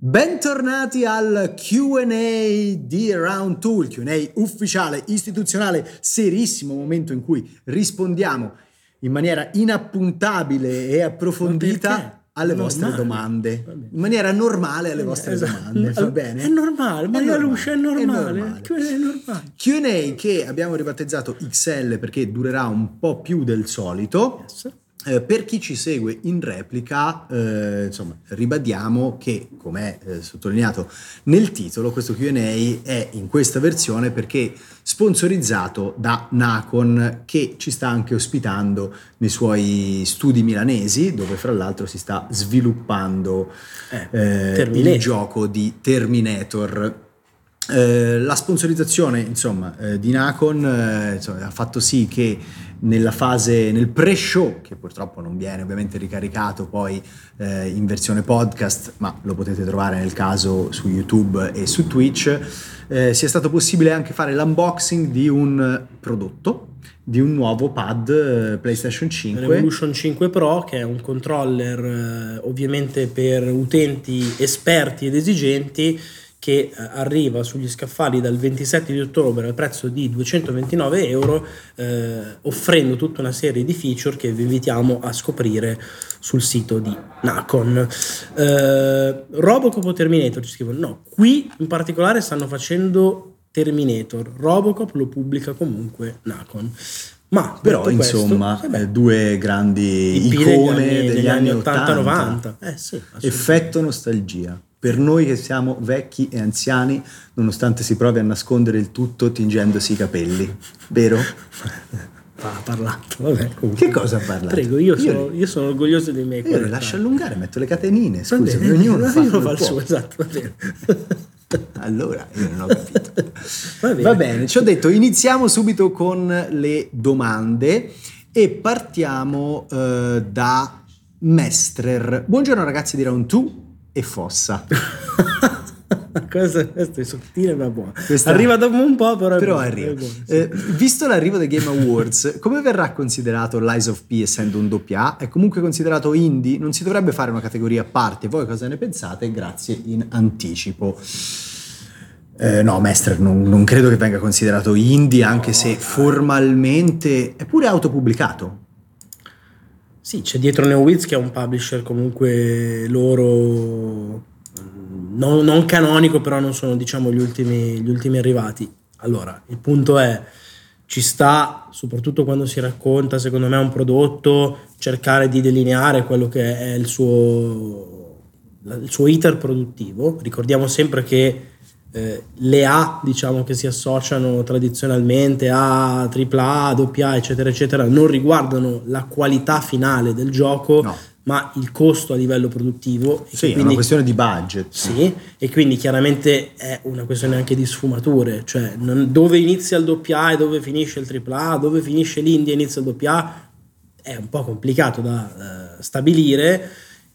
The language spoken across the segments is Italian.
Bentornati al Q&A di Round 2, il Q&A ufficiale, istituzionale, serissimo momento in cui rispondiamo in maniera inappuntabile e approfondita alle vostre domande, in maniera normale alle vostre domande, va bene? È normale, Maria Lucia, è normale. Q&A che abbiamo ribattezzato XL perché durerà un po' più del solito. Yes. Per chi ci segue in replica, insomma, ribadiamo che, come è sottolineato nel titolo, questo Q&A è in questa versione perché sponsorizzato da Nacon, che ci sta anche ospitando nei suoi studi milanesi, dove fra l'altro si sta sviluppando il gioco di Terminator. La sponsorizzazione insomma di Nacon ha fatto sì che nel pre-show, che purtroppo non viene ovviamente ricaricato poi in versione podcast, ma lo potete trovare nel caso su YouTube e su Twitch, sia stato possibile anche fare l'unboxing di un prodotto, di un nuovo pad PlayStation 5 Revolution 5 Pro, che è un controller ovviamente per utenti esperti ed esigenti, che arriva sugli scaffali dal 27 di ottobre al prezzo di €229, offrendo tutta una serie di feature che vi invitiamo a scoprire sul sito di Nacon. Robocop o Terminator? Ci scrivono. No, qui in particolare stanno facendo Terminator. Robocop lo pubblica comunque Nacon. Ma però insomma due grandi icone degli anni 80-90. Sì, effetto nostalgia. Per noi che siamo vecchi e anziani, nonostante si provi a nascondere il tutto tingendosi i capelli, vero? Ha parlato, vabbè, che cosa ha parlato? Prego, io sono orgoglioso dei miei 40 anni. Lascio allungare, metto le catenine, scusa, ognuno fa il suo. Esatto, va bene. Allora, io non ho capito. Va bene, ci ho detto, iniziamo subito con le domande e partiamo da Mestrer. Buongiorno ragazzi di Round 2 e Fossa. Questo è sottile ma buono. Arriva dopo un po', però arriva. È buono, sì. Visto l'arrivo dei Game Awards, come verrà considerato Lies of P essendo un AA? È comunque considerato indie? Non si dovrebbe fare una categoria a parte? Voi cosa ne pensate? Grazie in anticipo. No, Mestrer non credo che venga considerato indie, anche se formalmente è pure autopubblicato. Sì, c'è dietro NeoWiz che è un publisher comunque loro non canonico, però non sono diciamo gli ultimi arrivati. Allora, il punto è, ci sta, soprattutto quando si racconta secondo me un prodotto, cercare di delineare quello che è il suo iter produttivo. Ricordiamo sempre che le A, diciamo, che si associano tradizionalmente a AAA, AA, eccetera eccetera, non riguardano la qualità finale del gioco, no, ma il costo a livello produttivo. Sì, quindi, è una questione di budget. Sì, e quindi chiaramente è una questione anche di sfumature, cioè dove inizia il AA e dove finisce il AAA, dove finisce l'indie e inizia il AA, è un po' complicato da stabilire.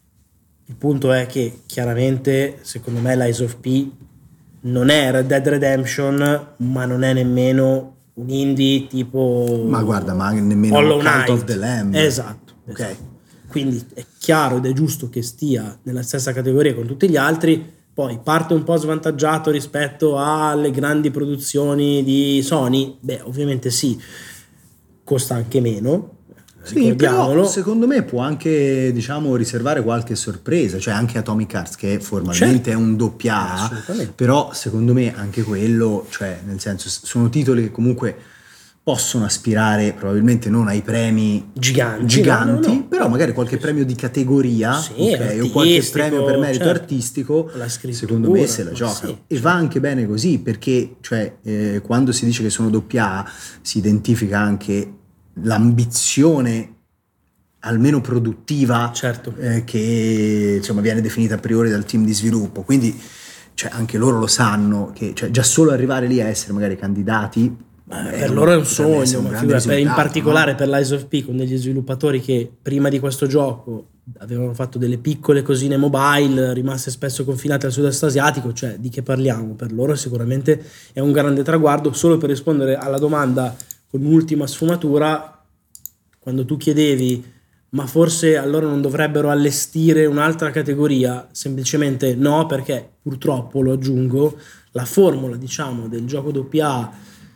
Il punto è che chiaramente, secondo me, Lies of P non è Red Dead Redemption, ma non è nemmeno un indie tipo, ma guarda, ma nemmeno Hollow Cult Knight. of the Lamb. Esatto. Quindi è chiaro ed è giusto che stia nella stessa categoria con tutti gli altri. Poi parte un po' svantaggiato rispetto alle grandi produzioni di Sony. Beh, ovviamente sì, costa anche meno. Sì, però secondo me può anche, diciamo, riservare qualche sorpresa, cioè anche Atomic Heart, che formalmente è un AA, però secondo me anche quello, cioè nel senso, sono titoli che comunque possono aspirare probabilmente non ai premi giganti, no. Però magari qualche premio di categoria, sì, o qualche premio per merito artistico, secondo me se la giocano, sì, e va anche bene così, perché cioè quando si dice che sono AA si identifica anche l'ambizione almeno produttiva, certo, che insomma viene definita a priori dal team di sviluppo, quindi cioè, anche loro lo sanno che cioè, già solo arrivare lì a essere magari candidati per loro è un sogno, in particolare, no? Per Lies of P, con degli sviluppatori che prima di questo gioco avevano fatto delle piccole cosine mobile rimaste spesso confinate al sud-est asiatico, cioè di che parliamo? Per loro sicuramente è un grande traguardo. Solo per rispondere alla domanda con un'ultima sfumatura, quando tu chiedevi ma forse allora non dovrebbero allestire un'altra categoria? Semplicemente no, perché purtroppo, lo aggiungo, la formula, diciamo, del gioco AA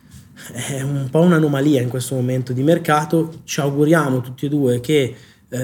è un po' un'anomalia in questo momento di mercato. Ci auguriamo tutti e due che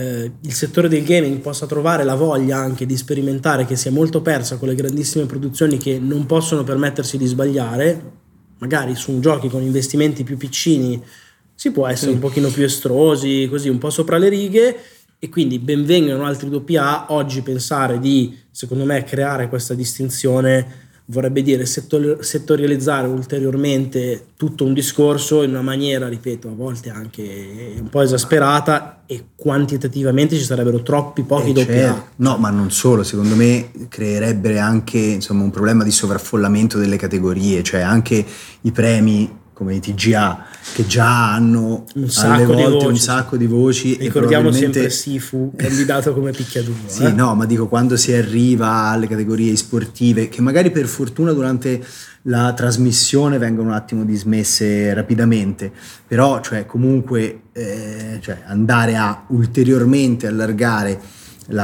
il settore del gaming possa trovare la voglia anche di sperimentare, che si è molto persa con le grandissime produzioni che non possono permettersi di sbagliare. Magari su giochi con investimenti più piccini si può essere un pochino più estrosi, così un po' sopra le righe, e quindi benvengano altri AA. Oggi pensare di, secondo me, creare questa distinzione vorrebbe dire settorializzare ulteriormente tutto un discorso in una maniera, ripeto, a volte anche un po' esasperata, e quantitativamente ci sarebbero troppi pochi AA. Certo. No, ma non solo, secondo me creerebbe anche, insomma, un problema di sovraffollamento delle categorie, cioè anche i premi come i TGA, che già hanno un sacco di voci. Ricordiamo e sempre Sifu candidato come picchiaduro. Sì, no, ma dico, quando si arriva alle categorie sportive, che magari per fortuna durante la trasmissione vengono un attimo dismesse rapidamente, però cioè comunque cioè andare a ulteriormente allargare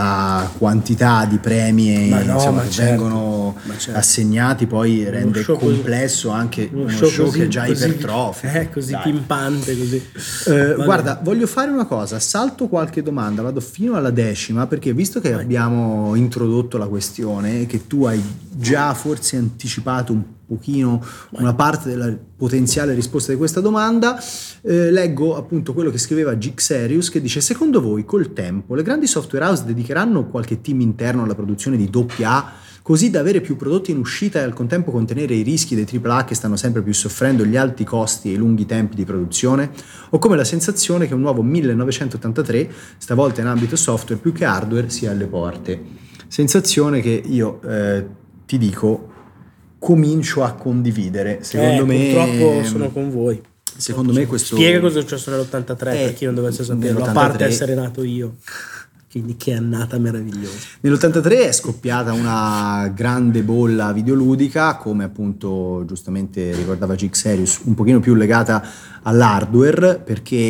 la quantità di premi che vengono assegnati poi rende complesso anche uno show che è già ipertrofico. Così pimpante, così. Guarda, voglio fare una cosa, salto qualche domanda, vado fino alla 10ª, perché visto che abbiamo introdotto la questione e che tu hai già forse anticipato un pochino una parte della potenziale risposta di questa domanda, leggo appunto quello che scriveva Gixerius, che dice: secondo voi col tempo le grandi software house dedicheranno qualche team interno alla produzione di AA, così da avere più prodotti in uscita e al contempo contenere i rischi dei AAA che stanno sempre più soffrendo gli alti costi e i lunghi tempi di produzione? Ho come la sensazione che un nuovo 1983, stavolta in ambito software più che hardware, sia alle porte. Sensazione che io ti dico comincio a condividere. Secondo me purtroppo sono con voi. Secondo me questo spiega cosa è successo nell'83 per chi non dovesse saperlo, a parte essere nato io. Quindi che annata meravigliosa. Nell'83 è scoppiata una grande bolla videoludica, come appunto giustamente ricordava Gixerius, un pochino più legata all'hardware,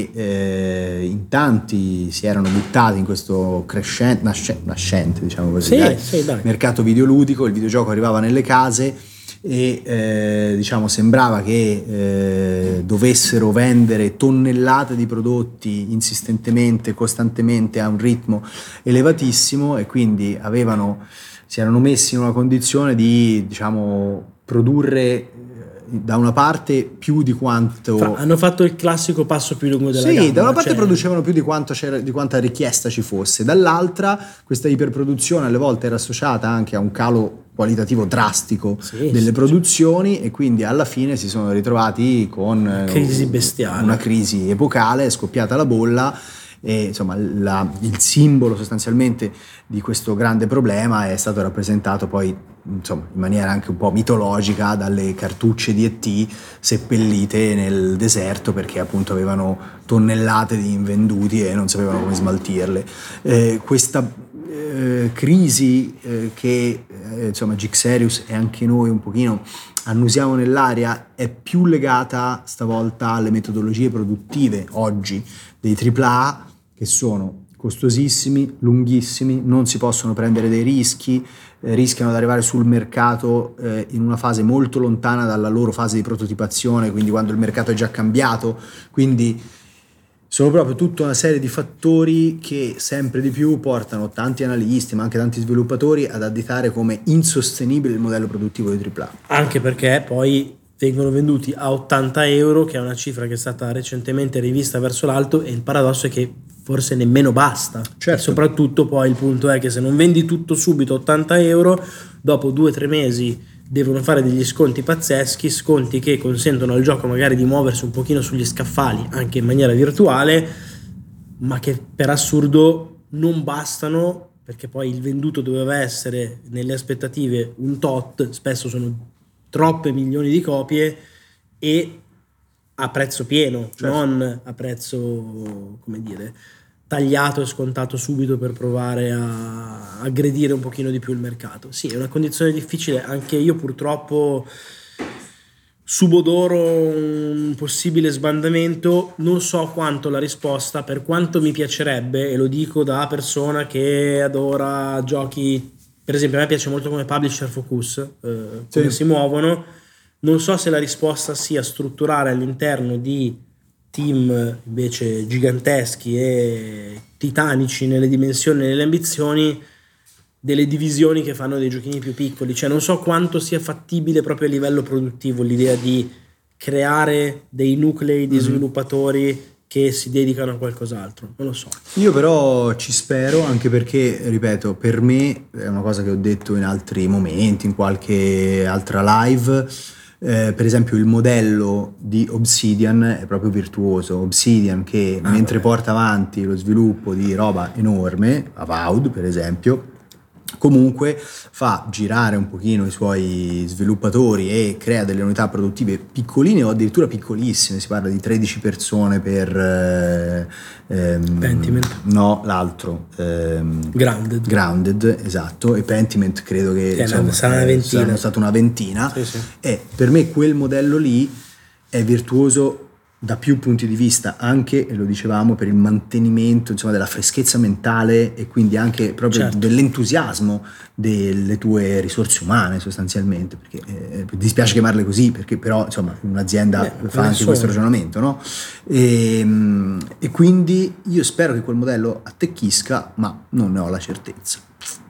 perché in tanti si erano buttati in questo nascente, diciamo così, mercato videoludico. Il videogioco arrivava nelle case e diciamo sembrava che dovessero vendere tonnellate di prodotti insistentemente, costantemente, a un ritmo elevatissimo, e quindi si erano messi in una condizione di, diciamo, produrre da una parte più di quanto hanno fatto il classico passo più lungo della gamba. Sì, da una parte producevano più di quanta richiesta ci fosse, dall'altra questa iperproduzione alle volte era associata anche a un calo qualitativo drastico delle produzioni, e quindi alla fine si sono ritrovati con una crisi bestiale, una crisi epocale, è scoppiata la bolla. E insomma il simbolo sostanzialmente di questo grande problema è stato rappresentato poi, insomma, in maniera anche un po' mitologica dalle cartucce di E.T. seppellite nel deserto perché appunto avevano tonnellate di invenduti e non sapevano come smaltirle. Questa crisi che insomma Gixerius e anche noi un pochino annusiamo nell'aria è più legata stavolta alle metodologie produttive oggi dei AAA, che sono costosissimi, lunghissimi, non si possono prendere dei rischi, rischiano di arrivare sul mercato in una fase molto lontana dalla loro fase di prototipazione, quindi quando il mercato è già cambiato. Quindi sono proprio tutta una serie di fattori che sempre di più portano tanti analisti, ma anche tanti sviluppatori, ad additare come insostenibile il modello produttivo di AAA. Anche perché poi vengono venduti a 80 euro, che è una cifra che è stata recentemente rivista verso l'alto, e il paradosso è che forse nemmeno basta. Certo. E soprattutto poi il punto è che se non vendi tutto subito a 80 euro, dopo 2 o 3 mesi devono fare degli sconti pazzeschi, sconti che consentono al gioco magari di muoversi un pochino sugli scaffali anche in maniera virtuale, ma che per assurdo non bastano, perché poi il venduto doveva essere nelle aspettative un tot, spesso sono troppe milioni di copie, e a prezzo pieno, certo, non a prezzo, come dire, tagliato e scontato subito per provare a aggredire un pochino di più il mercato. Sì, è una condizione difficile. Anche io purtroppo subodoro un possibile sbandamento. Non so quanto la risposta, per quanto mi piacerebbe, e lo dico da persona che adora giochi, per esempio a me piace molto come publisher Focus, come si muovono. Non so se la risposta sia strutturare all'interno di team invece giganteschi e titanici nelle dimensioni e nelle ambizioni delle divisioni che fanno dei giochini più piccoli. Cioè non so quanto sia fattibile proprio a livello produttivo l'idea di creare dei nuclei di sviluppatori che si dedicano a qualcos'altro, non lo so. Io però ci spero, anche perché, ripeto, per me è una cosa che ho detto in altri momenti, in qualche altra live, per esempio il modello di Obsidian è proprio virtuoso. Obsidian che mentre porta avanti lo sviluppo di roba enorme, Avowed per esempio, comunque fa girare un pochino i suoi sviluppatori e crea delle unità produttive piccoline o addirittura piccolissime. Si parla di 13 persone per Pentiment. No, l'altro Grounded, esatto, e Pentiment credo che insomma, sarà una ventina. Saranno stata una ventina. Sì. E per me quel modello lì è virtuoso da più punti di vista, anche, e lo dicevamo, per il mantenimento insomma della freschezza mentale e quindi anche proprio dell'entusiasmo delle tue risorse umane sostanzialmente, perché mi dispiace chiamarle così, perché però insomma un'azienda fa anche questo ragionamento, no? E quindi io spero che quel modello attecchisca, ma non ne ho la certezza.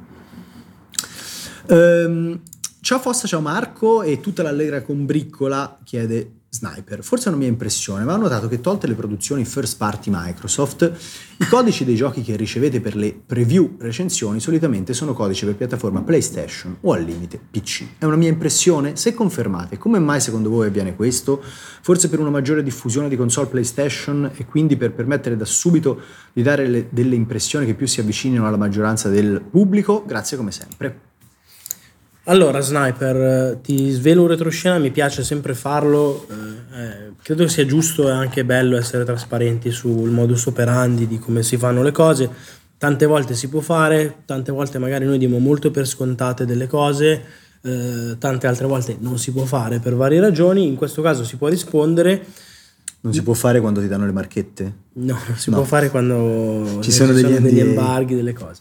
Ciao Fossa, ciao Marco, e tutta l'allegra combriccola chiede Sniper. Forse è una mia impressione, ma ho notato che tolte le produzioni first party Microsoft, i codici dei giochi che ricevete per le preview recensioni solitamente sono codici per piattaforma PlayStation o al limite PC. È una mia impressione? Se confermate, come mai secondo voi avviene questo? Forse per una maggiore diffusione di console PlayStation e quindi per permettere da subito di dare delle impressioni che più si avvicinino alla maggioranza del pubblico? Grazie come sempre. Allora Sniper, ti svelo un retroscena, mi piace sempre farlo, credo che sia giusto e anche bello essere trasparenti sul modus operandi di come si fanno le cose. Tante volte si può fare, tante volte magari noi diamo molto per scontate delle cose, tante altre volte non si può fare per varie ragioni. In questo caso si può rispondere. Non si può fare quando ti danno le marchette? No, non si può fare quando ci sono degli embarghi, delle cose.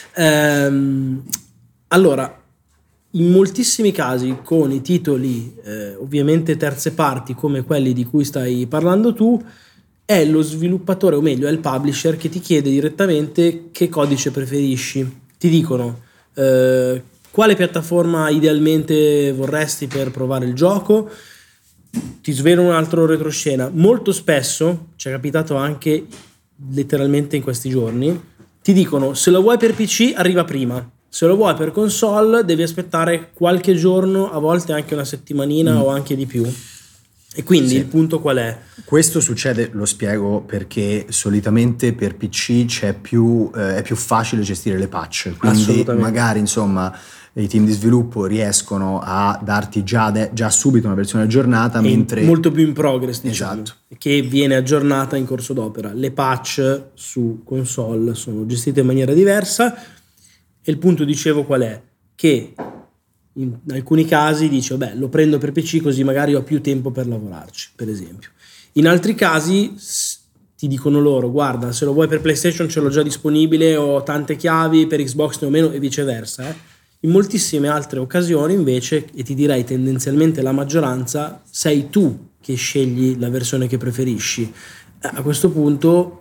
Allora, in moltissimi casi con i titoli ovviamente terze parti come quelli di cui stai parlando tu, è lo sviluppatore, o meglio è il publisher, che ti chiede direttamente che codice preferisci. Ti dicono quale piattaforma idealmente vorresti per provare il gioco. Ti svelo un altro retroscena: molto spesso, ci è capitato anche letteralmente in questi giorni, ti dicono se lo vuoi per PC arriva prima, se lo vuoi per console devi aspettare qualche giorno, a volte anche una settimanina o anche di più. E quindi il punto qual è? Questo succede, lo spiego, perché solitamente per PC è più facile gestire le patch, quindi magari insomma i team di sviluppo riescono a darti già subito una versione aggiornata, mentre molto più in progress, diciamo, esatto, che viene aggiornata in corso d'opera. Le patch su console sono gestite in maniera diversa. E il punto, dicevo, qual è? Che in alcuni casi dice vabbè, lo prendo per PC così magari ho più tempo per lavorarci, per esempio. In altri casi ti dicono loro guarda, se lo vuoi per PlayStation ce l'ho già disponibile, ho tante chiavi, per Xbox ne ho meno, e viceversa. In moltissime altre occasioni invece, e ti direi tendenzialmente la maggioranza, sei tu che scegli la versione che preferisci. A questo punto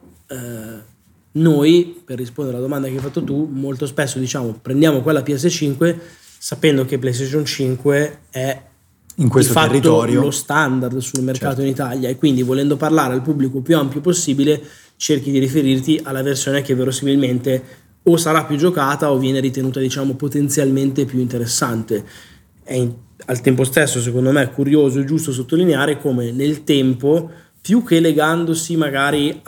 noi, per rispondere alla domanda che hai fatto tu, molto spesso diciamo prendiamo quella PS5 sapendo che PlayStation 5 è in questo di fatto territorio lo standard sul mercato, certo, in Italia, e quindi volendo parlare al pubblico più ampio possibile cerchi di riferirti alla versione che verosimilmente o sarà più giocata o viene ritenuta diciamo potenzialmente più interessante. Al tempo stesso secondo me è curioso e giusto sottolineare come nel tempo, più che legandosi magari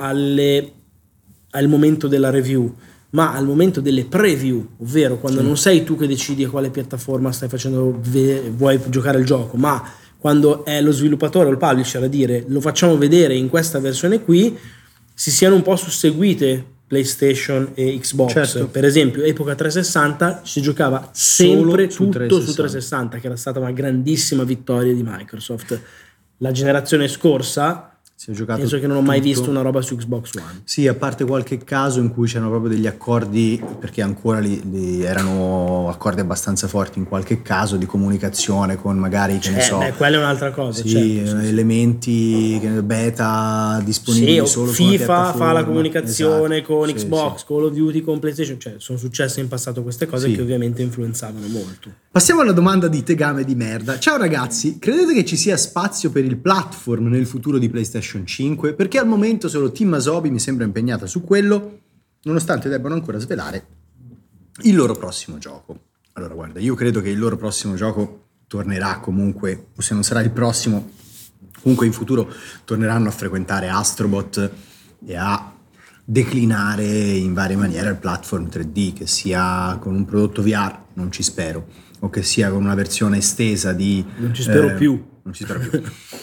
al momento della review, ma al momento delle preview, ovvero quando non sei tu che decidi a quale piattaforma stai facendo vuoi giocare il gioco, ma quando è lo sviluppatore o il publisher a dire lo facciamo vedere in questa versione qui, si siano un po' susseguite PlayStation e Xbox. Certo. Per esempio, epoca 360 si giocava sempre Solo su tutto su 360, che era stata una grandissima vittoria di Microsoft. La generazione scorsa Si è giocato penso che non ho mai tutto. visto una roba su Xbox One. Sì, a parte qualche caso in cui c'erano proprio degli accordi, perché ancora li erano accordi abbastanza forti in qualche caso di comunicazione con magari, che ne so, quella è un'altra cosa. sì, certo, sì. elementi beta disponibili Sì, o solo su una FIFA fa la piattaforma. comunicazione Esatto, con sì, Xbox, sì. Call of Duty con PlayStation, cioè sono successe in passato queste cose Sì. che ovviamente influenzavano molto. Passiamo alla domanda di Tegame di merda. Ciao ragazzi, credete che ci sia spazio per il platform nel futuro di PlayStation 5? Perché al momento solo Team Asobi mi sembra impegnata su quello, nonostante debbano ancora svelare il loro prossimo gioco. Allora guarda, io credo che il loro prossimo gioco tornerà comunque, o se non sarà il prossimo, comunque in futuro torneranno a frequentare Astrobot e a declinare in varie maniere il platform 3D, che sia con un prodotto VR, non ci spero, o che sia con una versione estesa di... Non ci spero più. Non ci spero più.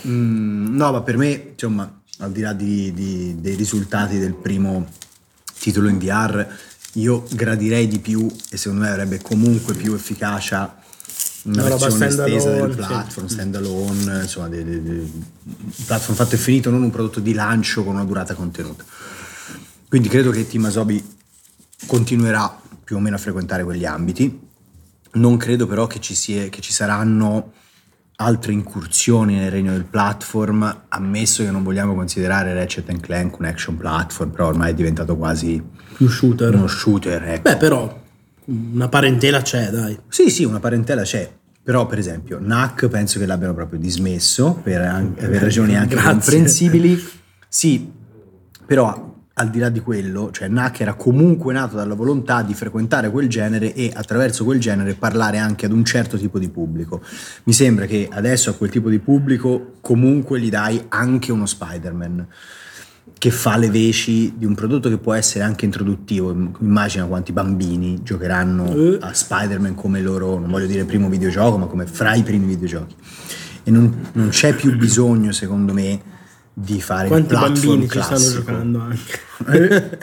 No, ma per me, insomma, al di là dei risultati del primo titolo in VR, io gradirei di più, e secondo me avrebbe comunque più efficacia, una versione estesa del platform, sì. Standalone, insomma, un platform fatto e finito, non un prodotto di lancio con una durata contenuta. Quindi credo che Team Asobi continuerà più o meno a frequentare quegli ambiti. Non credo però che ci saranno altre incursioni nel regno del platform, ammesso che non vogliamo considerare Ratchet & Clank un action platform, però ormai è diventato quasi più shooter. Uno shooter, ecco. Beh, però una parentela c'è, dai. Sì, una parentela c'è. Però, per esempio, NAC penso che l'abbiano proprio dismesso per ragioni anche comprensibili. Sì, però al di là di quello, cioè NAC era comunque nato dalla volontà di frequentare quel genere e attraverso quel genere parlare anche ad un certo tipo di pubblico. Mi sembra che adesso a quel tipo di pubblico comunque gli dai anche uno Spider-Man che fa le veci di un prodotto che può essere anche introduttivo. Immagina quanti bambini giocheranno a Spider-Man come loro, non voglio dire primo videogioco, ma come fra i primi videogiochi. E non c'è più bisogno, secondo me, di fare quanti il platform bambini classico. Ci stanno giocando anche.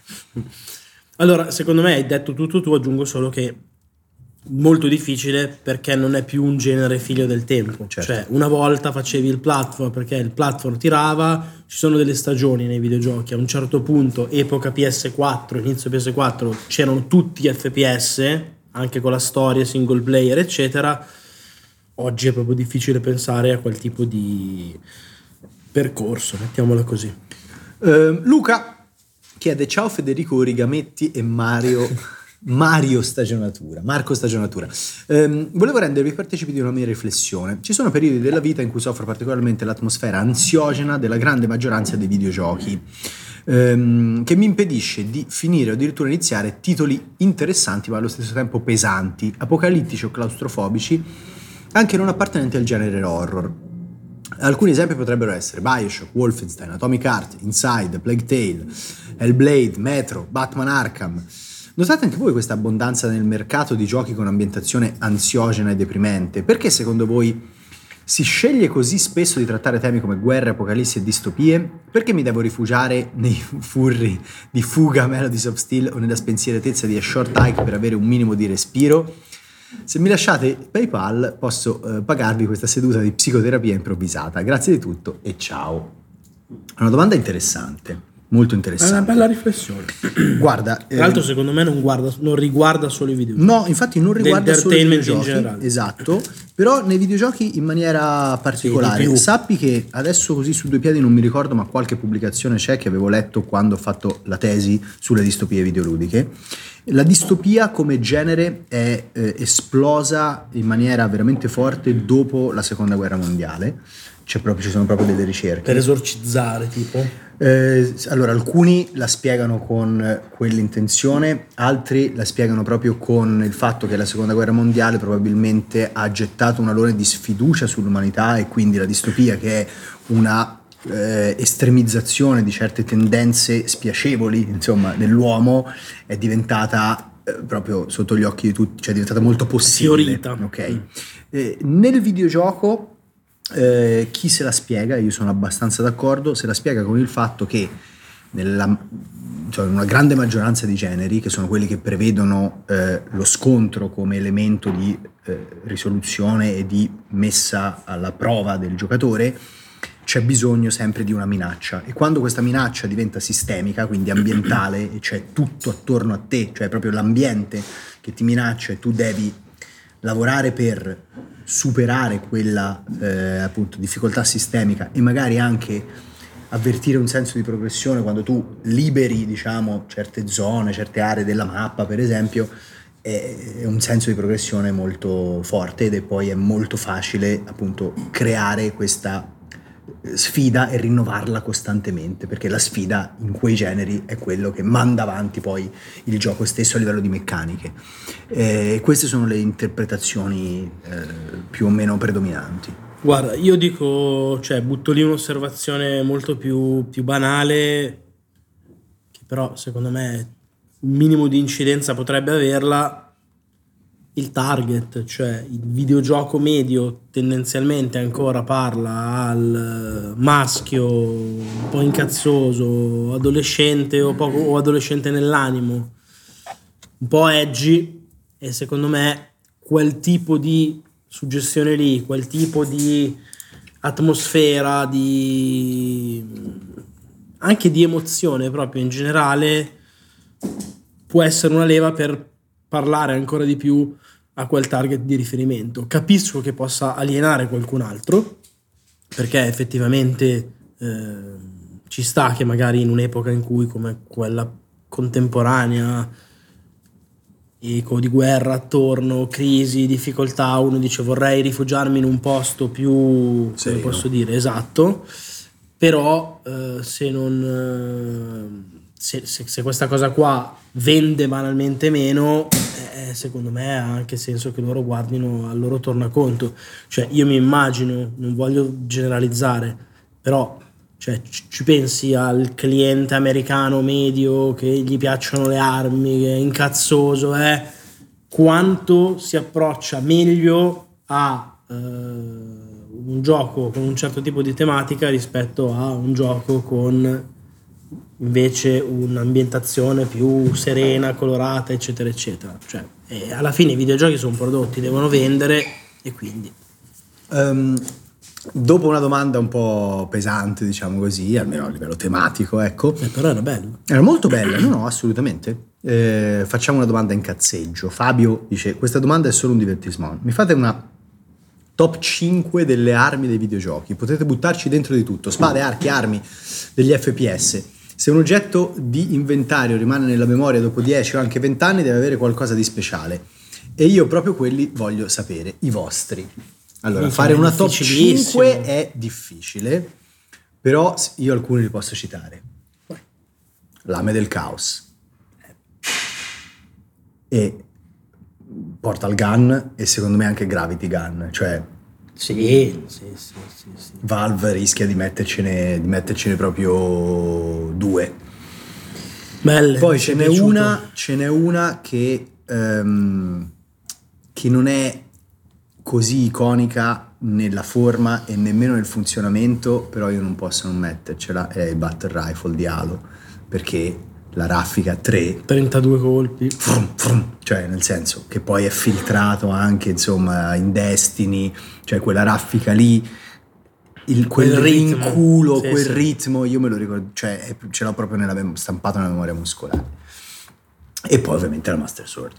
Allora, secondo me hai detto tutto tu, aggiungo solo che molto difficile perché non è più un genere figlio del tempo. Certo. Cioè, una volta facevi il platform perché il platform tirava, ci sono delle stagioni nei videogiochi, a un certo punto, epoca PS4, inizio PS4, c'erano tutti FPS, anche con la storia single player eccetera. Oggi è proprio difficile pensare a quel tipo di percorso, mettiamola così. Luca chiede: ciao Federico Rigametti e Marco Stagionatura. Volevo rendervi partecipi di una mia riflessione. Ci sono periodi della vita in cui soffro particolarmente l'atmosfera ansiogena della grande maggioranza dei videogiochi, che mi impedisce di finire o addirittura iniziare titoli interessanti ma allo stesso tempo pesanti, apocalittici o claustrofobici, anche non appartenenti al genere horror. Alcuni esempi potrebbero essere BioShock, Wolfenstein, Atomic Heart, Inside, Plague Tale, Hellblade, Metro, Batman Arkham. Notate anche voi questa abbondanza nel mercato di giochi con ambientazione ansiogena e deprimente? Perché secondo voi si sceglie così spesso di trattare temi come guerre, apocalissi e distopie? Perché mi devo rifugiare nei furri di Fuga, Melodies of Steel o nella spensieratezza di A Short Hike per avere un minimo di respiro? Se mi lasciate PayPal posso pagarvi questa seduta di psicoterapia improvvisata. Grazie di tutto e ciao. È una domanda interessante, molto interessante. È una bella riflessione. Guarda, tra l'altro secondo me non riguarda solo i videogiochi. No, infatti non riguarda solo i videogiochi, in generale. esatto, però nei videogiochi in maniera particolare. Sì, sappi che adesso così su due piedi non mi ricordo, ma qualche pubblicazione c'è che avevo letto quando ho fatto la tesi sulle distopie videoludiche. La distopia come genere è esplosa in maniera veramente forte dopo la seconda guerra mondiale. Ci sono proprio delle ricerche per esorcizzare, tipo allora alcuni la spiegano con quell'intenzione, altri la spiegano proprio con il fatto che la seconda guerra mondiale probabilmente ha gettato un alone di sfiducia sull'umanità e quindi la distopia, che è una estremizzazione di certe tendenze spiacevoli insomma dell'uomo, è diventata proprio sotto gli occhi di tutti, cioè è diventata molto possibile. Fiorita. Ok. Nel videogioco chi se la spiega, io sono abbastanza d'accordo, se la spiega con il fatto che cioè una grande maggioranza di generi, che sono quelli che prevedono lo scontro come elemento di risoluzione e di messa alla prova del giocatore, c'è bisogno sempre di una minaccia, e quando questa minaccia diventa sistemica, quindi ambientale, e c'è tutto attorno a te, cioè proprio l'ambiente che ti minaccia e tu devi lavorare per superare quella appunto difficoltà sistemica, e magari anche avvertire un senso di progressione quando tu liberi, diciamo, certe zone, certe aree della mappa, per esempio, è un senso di progressione molto forte, ed è poi è molto facile appunto creare questa sfida e rinnovarla costantemente, perché la sfida in quei generi è quello che manda avanti poi il gioco stesso a livello di meccaniche. Queste sono le interpretazioni più o meno predominanti. Guarda, io dico, cioè, butto lì un'osservazione molto più banale, che però secondo me un minimo di incidenza potrebbe averla. Il target, cioè il videogioco medio tendenzialmente ancora parla al maschio un po' incazzoso, adolescente o adolescente nell'animo, un po' edgy, e secondo me quel tipo di suggestione lì, quel tipo di atmosfera, anche di emozione proprio in generale, può essere una leva per parlare ancora di più a quel target di riferimento. Capisco che possa alienare qualcun altro, perché effettivamente ci sta che magari in un'epoca in cui, come quella contemporanea, eco di guerra attorno, crisi, difficoltà, uno dice vorrei rifugiarmi in un posto più, come posso dire, esatto, però se questa cosa qua vende banalmente meno, secondo me ha anche senso che loro guardino al loro tornaconto. Cioè io mi immagino, non voglio generalizzare, però cioè, ci pensi al cliente americano medio che gli piacciono le armi, che è incazzoso, quanto si approccia meglio a un gioco con un certo tipo di tematica rispetto a un gioco con invece un'ambientazione più serena, colorata, eccetera eccetera. Cioè, alla fine i videogiochi sono prodotti, devono vendere, e quindi dopo una domanda un po' pesante, diciamo così, almeno a livello tematico, ecco, però era bello, era molto bella. No, assolutamente. Facciamo una domanda in cazzeggio. Fabio dice: questa domanda è solo un divertissement, mi fate una top 5 delle armi dei videogiochi, potete buttarci dentro di tutto, spade, archi, armi degli FPS. Se un oggetto di inventario rimane nella memoria dopo 10 o anche 20 anni, deve avere qualcosa di speciale, e io proprio quelli voglio sapere, i vostri. Allora, fare una top 5 è difficile, però io alcuni li posso citare. Lame del Caos e Portal Gun, e secondo me anche Gravity Gun, cioè sì. Valve rischia di mettercene proprio 2. Belle. Poi ce n'è una che non è così iconica nella forma e nemmeno nel funzionamento, però io non posso non mettercela, è il Battle Rifle di Halo, perché la raffica 32 colpi, cioè nel senso che poi è filtrato anche insomma in Destiny, cioè quella raffica lì, quel rinculo, quel ritmo, io me lo ricordo, cioè ce l'ho proprio stampato nella memoria muscolare. E poi ovviamente la Master Sword.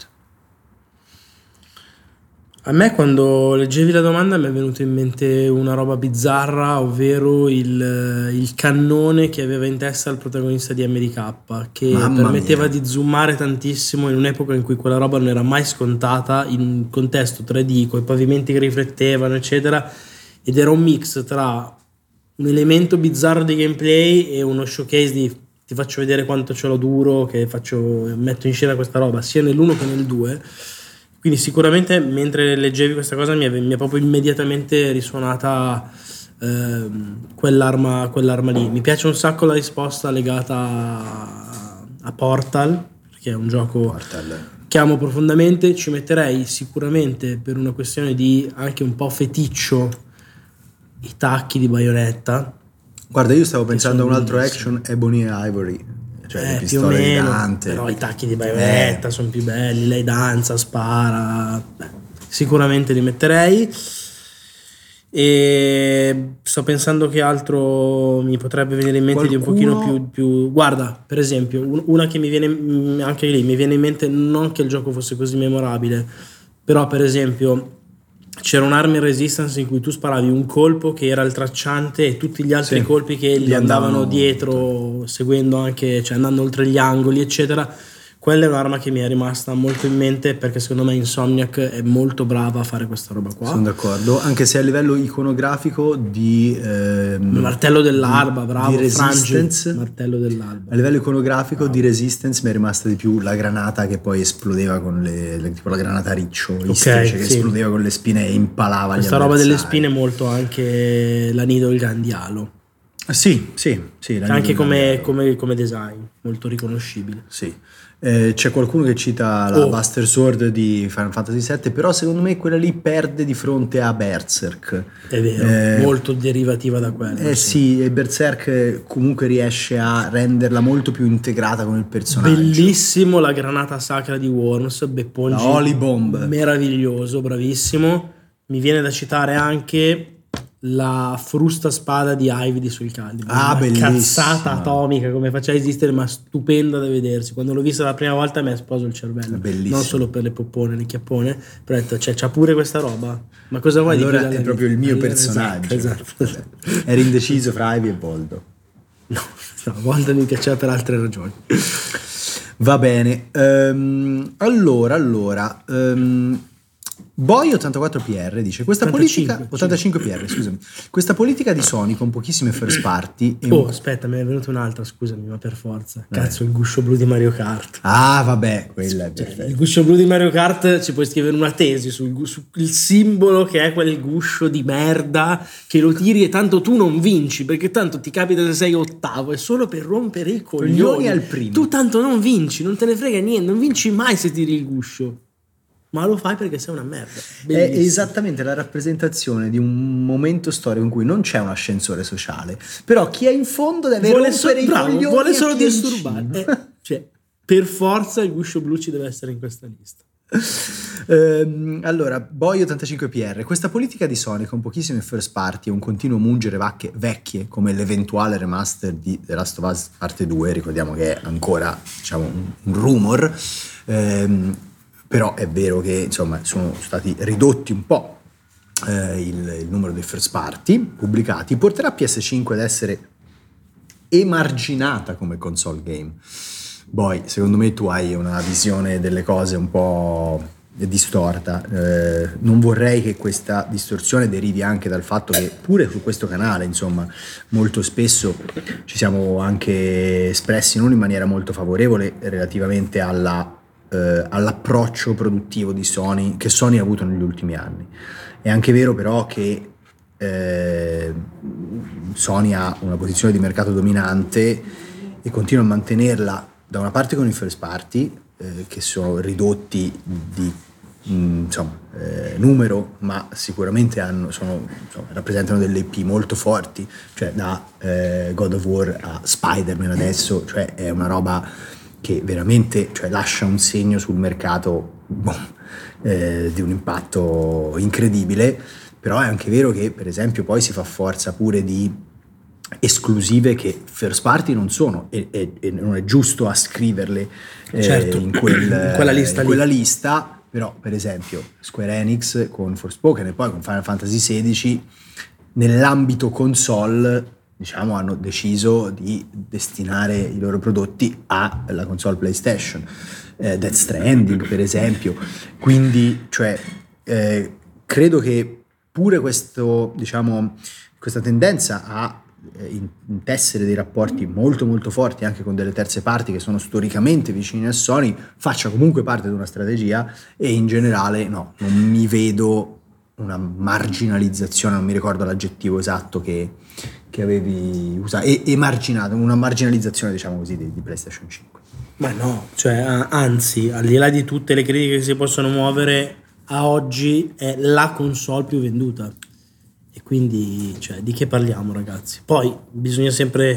A me, quando leggevi la domanda, mi è venuto in mente una roba bizzarra, ovvero il cannone che aveva in testa il protagonista di MDK, che permetteva di zoomare tantissimo in un'epoca in cui quella roba non era mai scontata, in un contesto 3D, con i pavimenti che riflettevano, eccetera, ed era un mix tra un elemento bizzarro di gameplay e uno showcase di ti faccio vedere quanto ce l'ho duro, che metto in scena questa roba, sia nell'1 che nel 2. Quindi sicuramente mentre leggevi questa cosa mi è proprio immediatamente risuonata quell'arma lì. Mi piace un sacco la risposta legata a Portal, perché è un gioco che amo profondamente. Ci metterei sicuramente, per una questione di anche un po' feticcio, i tacchi di Bayonetta. Guarda, io stavo pensando a un altro action, Ebony e Ivory, cioè le più o pistole meno, di Dante. però i tacchi di Bayonetta sono più belli, lei danza, spara, sicuramente li metterei. E sto pensando che altro mi potrebbe venire in mente di un pochino più... Guarda, per esempio, una che mi viene anche lì, mi viene in mente, non che il gioco fosse così memorabile, però per esempio c'era un'arma in Resistance in cui tu sparavi un colpo che era il tracciante e tutti gli altri colpi che gli andavano dietro, seguendo anche, cioè andando oltre gli angoli, eccetera. Quella è un'arma che mi è rimasta molto in mente, perché secondo me Insomniac è molto brava a fare questa roba qua. Sono d'accordo, anche se a livello iconografico di martello dell'alba, bravo, di Resistance, Frangi, martello dell'alba. A livello iconografico di Resistance mi è rimasta di più la granata che poi esplodeva con tipo la granata riccio, che esplodeva con le spine e impalava questa gli avversari. Roba delle spine molto anche la Needle Gun di Halo. Sì, anche come design molto riconoscibile. Sì. C'è qualcuno che cita la Buster Sword di Final Fantasy VII, però secondo me quella lì perde di fronte a Berserk. È vero, molto derivativa da quella. Sì, e Berserk comunque riesce a renderla molto più integrata con il personaggio. Bellissimo la granata sacra di Worms, Beppongi, la Holy Bomb, meraviglioso, bravissimo. Mi viene da citare anche la frusta spada di Ivy di Soul Calibur, bellissima, cazzata atomica come faceva esistere, ma stupenda da vedersi. Quando l'ho vista la prima volta mi ha esploso il cervello, non solo per le poppone, le chiappone, però ho detto, cioè, c'ha pure questa roba, ma cosa vuoi allora è proprio il mio personaggio. Esatto. Eri indeciso fra Ivy e Voldo? No, Voldo mi piaceva per altre ragioni. Va bene, allora Boy 84PR dice questa 85PR, scusami. Questa politica di Sony con pochissime first party aspetta, me ne è venuta un'altra, scusami, ma per forza. Cazzo, il guscio blu di Mario Kart. Vabbè, quella è perfetta. Il guscio blu di Mario Kart, ci puoi scrivere una tesi sul simbolo che è quel guscio di merda che lo tiri e tanto tu non vinci, perché tanto ti capita se sei ottavo, è solo per rompere i coglioni al primo. Tu tanto non vinci, non te ne frega niente, non vinci mai se tiri il guscio. Ma lo fai perché sei una merda. Bellissimo. È esattamente la rappresentazione di un momento storico in cui non c'è un ascensore sociale, però chi è in fondo deve rompere i coglioni, vuole solo disturbare. Cioè, per forza il guscio blu ci deve essere in questa lista. Allora, Boy 85PR, questa politica di Sony con pochissime first party e un continuo mungere vacche vecchie come l'eventuale remaster di The Last of Us parte 2, ricordiamo che è ancora, diciamo, un rumor, però è vero che insomma sono stati ridotti un po' il numero dei first party pubblicati, porterà PS5 ad essere emarginata come console game. Poi secondo me tu hai una visione delle cose un po' distorta, non vorrei che questa distorsione derivi anche dal fatto che pure su questo canale insomma molto spesso ci siamo anche espressi non in maniera molto favorevole relativamente all'approccio produttivo di Sony che Sony ha avuto negli ultimi anni. È anche vero però che Sony ha una posizione di mercato dominante e continua a mantenerla da una parte con i first party che sono ridotti di numero, ma sicuramente rappresentano delle IP molto forti, cioè da God of War a Spider-Man adesso, cioè è una roba che veramente lascia un segno sul mercato di un impatto incredibile. Però è anche vero che per esempio poi si fa forza pure di esclusive che first party non sono e non è giusto ascriverle in quella lista, però per esempio Square Enix con Forspoken e poi con Final Fantasy XVI nell'ambito console diciamo hanno deciso di destinare i loro prodotti alla console PlayStation, Death Stranding per esempio, quindi credo che pure questa tendenza a intessere dei rapporti molto molto forti anche con delle terze parti che sono storicamente vicine a Sony faccia comunque parte di una strategia, e in generale non mi vedo una marginalizzazione, non mi ricordo l'aggettivo esatto che avevi usato, emarginato, una marginalizzazione diciamo così di PlayStation 5. Ma no, anzi, al di là di tutte le critiche che si possono muovere, a oggi è la console più venduta. E quindi, di che parliamo, ragazzi? Poi bisogna sempre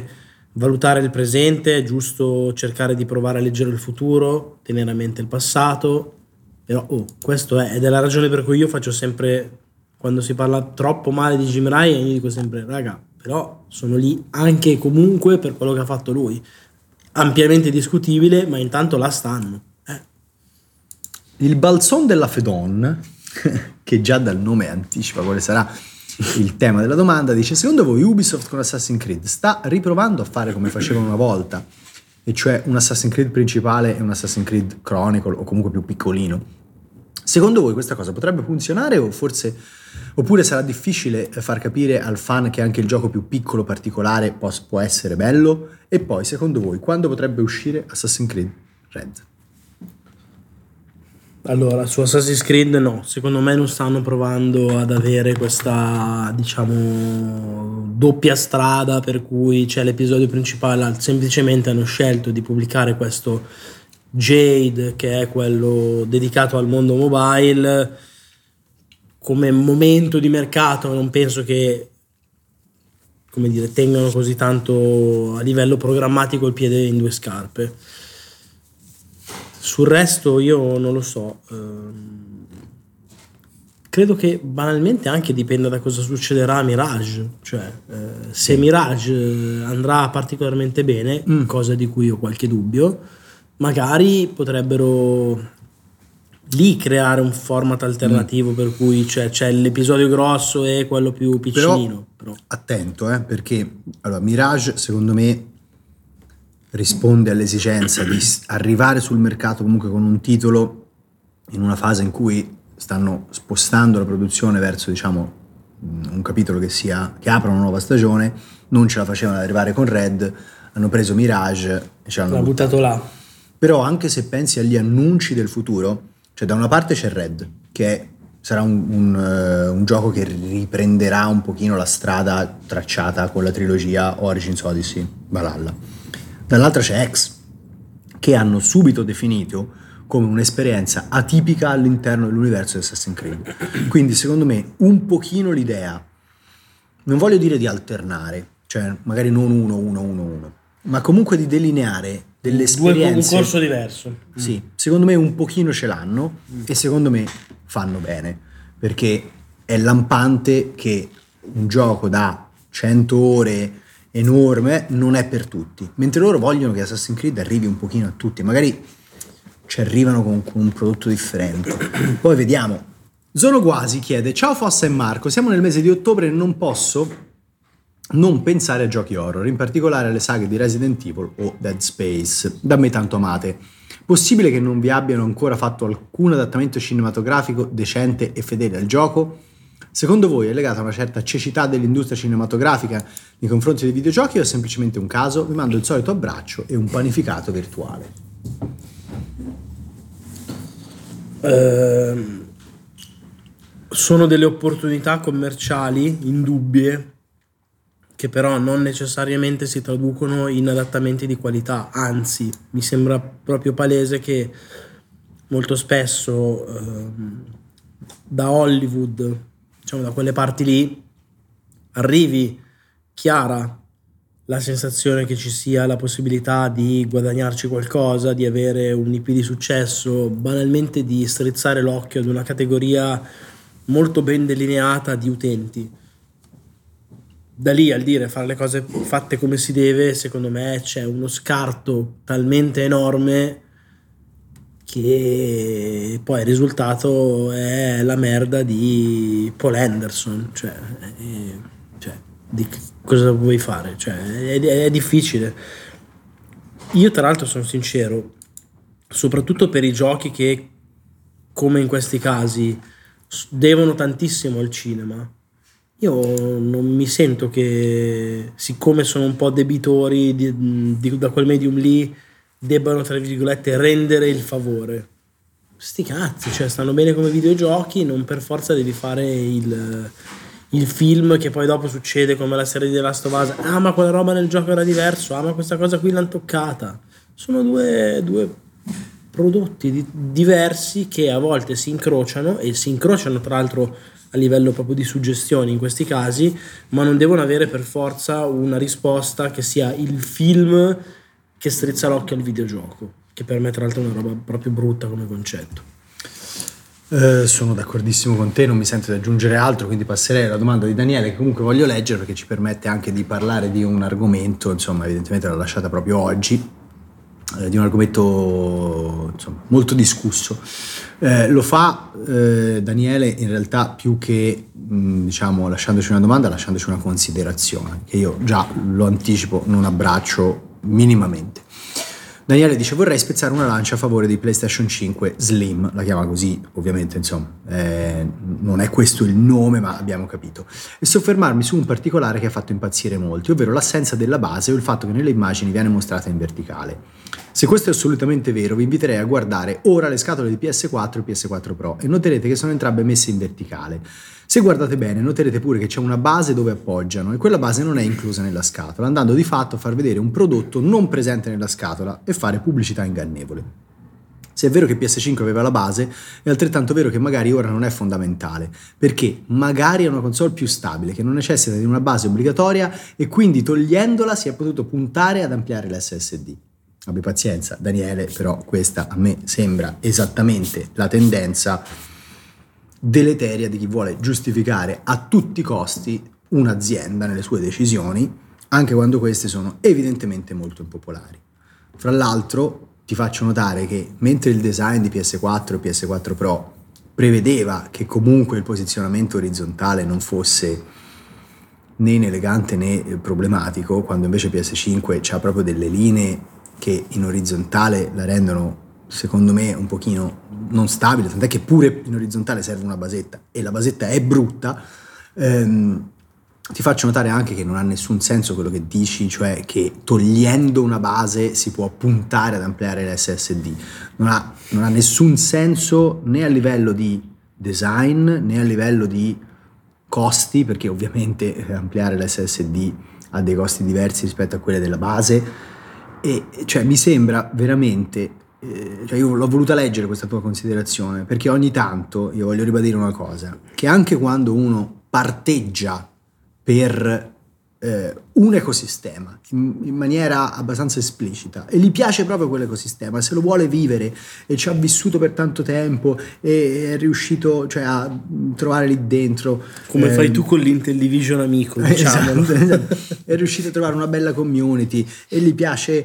valutare il presente, è giusto cercare di provare a leggere il futuro, tenere a mente il passato, però questo è, ed è la ragione per cui io faccio sempre, quando si parla troppo male di Jim Ryan, io dico sempre, raga, però sono lì anche e comunque per quello che ha fatto lui, ampiamente discutibile, ma intanto là stanno. Il balzon della Fedon, che già dal nome anticipa quale sarà il tema della domanda, dice: secondo voi Ubisoft con Assassin's Creed sta riprovando a fare come facevano una volta, e cioè un Assassin's Creed principale e un Assassin's Creed Chronicle, o comunque più piccolino? Secondo voi questa cosa potrebbe funzionare, oppure sarà difficile far capire al fan che anche il gioco più piccolo particolare può essere bello? E poi, secondo voi, quando potrebbe uscire Assassin's Creed Red? Allora, su Assassin's Creed no, secondo me non stanno provando ad avere questa, diciamo, doppia strada per cui c'è l'episodio principale, semplicemente hanno scelto di pubblicare questo Jade, che è quello dedicato al mondo mobile, come momento di mercato. Non penso che, come dire, tengano così tanto a livello programmatico il piede in due scarpe. Sul resto io non lo so, credo che banalmente anche dipenda da cosa succederà a Mirage, cioè se Mirage andrà particolarmente bene, cosa di cui ho qualche dubbio, magari potrebbero lì creare un format alternativo per cui c'è l'episodio grosso e quello più piccinino. Però. Attento, perché allora, Mirage secondo me risponde all'esigenza di arrivare sul mercato comunque con un titolo in una fase in cui stanno spostando la produzione verso, diciamo, un capitolo che apra una nuova stagione. Non ce la facevano ad arrivare con Red, hanno preso Mirage e ce l'hanno buttato là. Però anche se pensi agli annunci del futuro, cioè da una parte c'è Red, che sarà un gioco che riprenderà un pochino la strada tracciata con la trilogia Origins, Odyssey, Valhalla. Dall'altra c'è X, che hanno subito definito come un'esperienza atipica all'interno dell'universo di Assassin's Creed. Quindi secondo me un pochino l'idea, non voglio dire di alternare, cioè magari non 1-1-1-1, ma comunque di delineare delle esperienze. Un corso diverso. Sì, secondo me un pochino ce l'hanno e secondo me fanno bene, perché è lampante che un gioco da 100 ore enorme non è per tutti, mentre loro vogliono che Assassin's Creed arrivi un pochino a tutti, magari ci arrivano con un prodotto differente. Poi vediamo. Zono Guasi chiede: ciao Fossa e Marco, siamo nel mese di ottobre e non posso non pensare a giochi horror, in particolare alle saghe di Resident Evil o Dead Space, da me tanto amate. Possibile che non vi abbiano ancora fatto alcun adattamento cinematografico decente e fedele al gioco? Secondo voi è legata a una certa cecità dell'industria cinematografica nei confronti dei videogiochi o è semplicemente un caso? Vi mando il solito abbraccio e un panificato virtuale. Sono delle opportunità commerciali indubbie che però non necessariamente si traducono in adattamenti di qualità, anzi mi sembra proprio palese che molto spesso da Hollywood, diciamo da quelle parti lì, arrivi chiara la sensazione che ci sia la possibilità di guadagnarci qualcosa, di avere un IP di successo, banalmente di strizzare l'occhio ad una categoria molto ben delineata di utenti. Da lì al dire fare le cose fatte come si deve, secondo me c'è uno scarto talmente enorme che poi il risultato è la merda di Paul Anderson, cioè di cosa vuoi fare? Cioè, è difficile. Io tra l'altro sono sincero, soprattutto per i giochi che, come in questi casi, devono tantissimo al cinema, io non mi sento che, siccome sono un po' debitori da quel medium lì, debbano, tra virgolette, rendere il favore. Sti cazzi, cioè stanno bene come videogiochi, non per forza devi fare il film che poi dopo succede come la serie di The Last of Us. Ah, ma quella roba nel gioco era diverso, ah, ma questa cosa qui l'hanno toccata. Sono due prodotti diversi che a volte si incrociano, e si incrociano tra l'altro a livello proprio di suggestioni in questi casi, ma non devono avere per forza una risposta che sia il film che strizza l'occhio al videogioco, che per me tra l'altro è una roba proprio brutta come concetto. Sono d'accordissimo con te, non mi sento di aggiungere altro, quindi passerei alla domanda di Daniele, che comunque voglio leggere perché ci permette anche di parlare di un argomento, insomma, evidentemente l'ho lasciata proprio oggi, di un argomento, insomma, molto discusso. Lo fa Daniele in realtà più che diciamo lasciandoci una domanda, lasciandoci una considerazione che io già lo anticipo, non abbraccio minimamente. Daniele dice: vorrei spezzare una lancia a favore di PlayStation 5 Slim, la chiama così ovviamente, insomma, non è questo il nome, ma abbiamo capito, e soffermarmi su un particolare che ha fatto impazzire molti, ovvero l'assenza della base o il fatto che nelle immagini viene mostrata in verticale. Se questo è assolutamente vero, vi inviterei a guardare ora le scatole di PS4 e PS4 Pro e noterete che sono entrambe messe in verticale. Se guardate bene, noterete pure che c'è una base dove appoggiano e quella base non è inclusa nella scatola, andando di fatto a far vedere un prodotto non presente nella scatola e fare pubblicità ingannevole. Se è vero che PS5 aveva la base, è altrettanto vero che magari ora non è fondamentale, perché magari è una console più stabile, che non necessita di una base obbligatoria e quindi togliendola si è potuto puntare ad ampliare l'SSD. Abbi pazienza, Daniele, però questa a me sembra esattamente la tendenza deleteria di chi vuole giustificare a tutti i costi un'azienda nelle sue decisioni, anche quando queste sono evidentemente molto impopolari. Fra l'altro ti faccio notare che mentre il design di PS4 e PS4 Pro prevedeva che comunque il posizionamento orizzontale non fosse né inelegante né problematico, quando invece PS5 c'ha proprio delle linee che in orizzontale la rendono, secondo me, un pochino non stabile, tant'è che pure in orizzontale serve una basetta e la basetta è brutta. Ti faccio notare anche che non ha nessun senso quello che dici, cioè che togliendo una base si può puntare ad ampliare l'SSD. Non ha nessun senso né a livello di design né a livello di costi, perché ovviamente ampliare l'SSD ha dei costi diversi rispetto a quelli della base, e cioè mi sembra veramente, cioè io l'ho voluta leggere questa tua considerazione perché ogni tanto io voglio ribadire una cosa, che anche quando uno parteggia per un ecosistema in maniera abbastanza esplicita e gli piace proprio quell'ecosistema, se lo vuole vivere e ci ha vissuto per tanto tempo e è riuscito, cioè, a trovare lì dentro, come fai tu con l'Intellivision amico, diciamo. Esatto. È riuscito a trovare una bella community e gli piace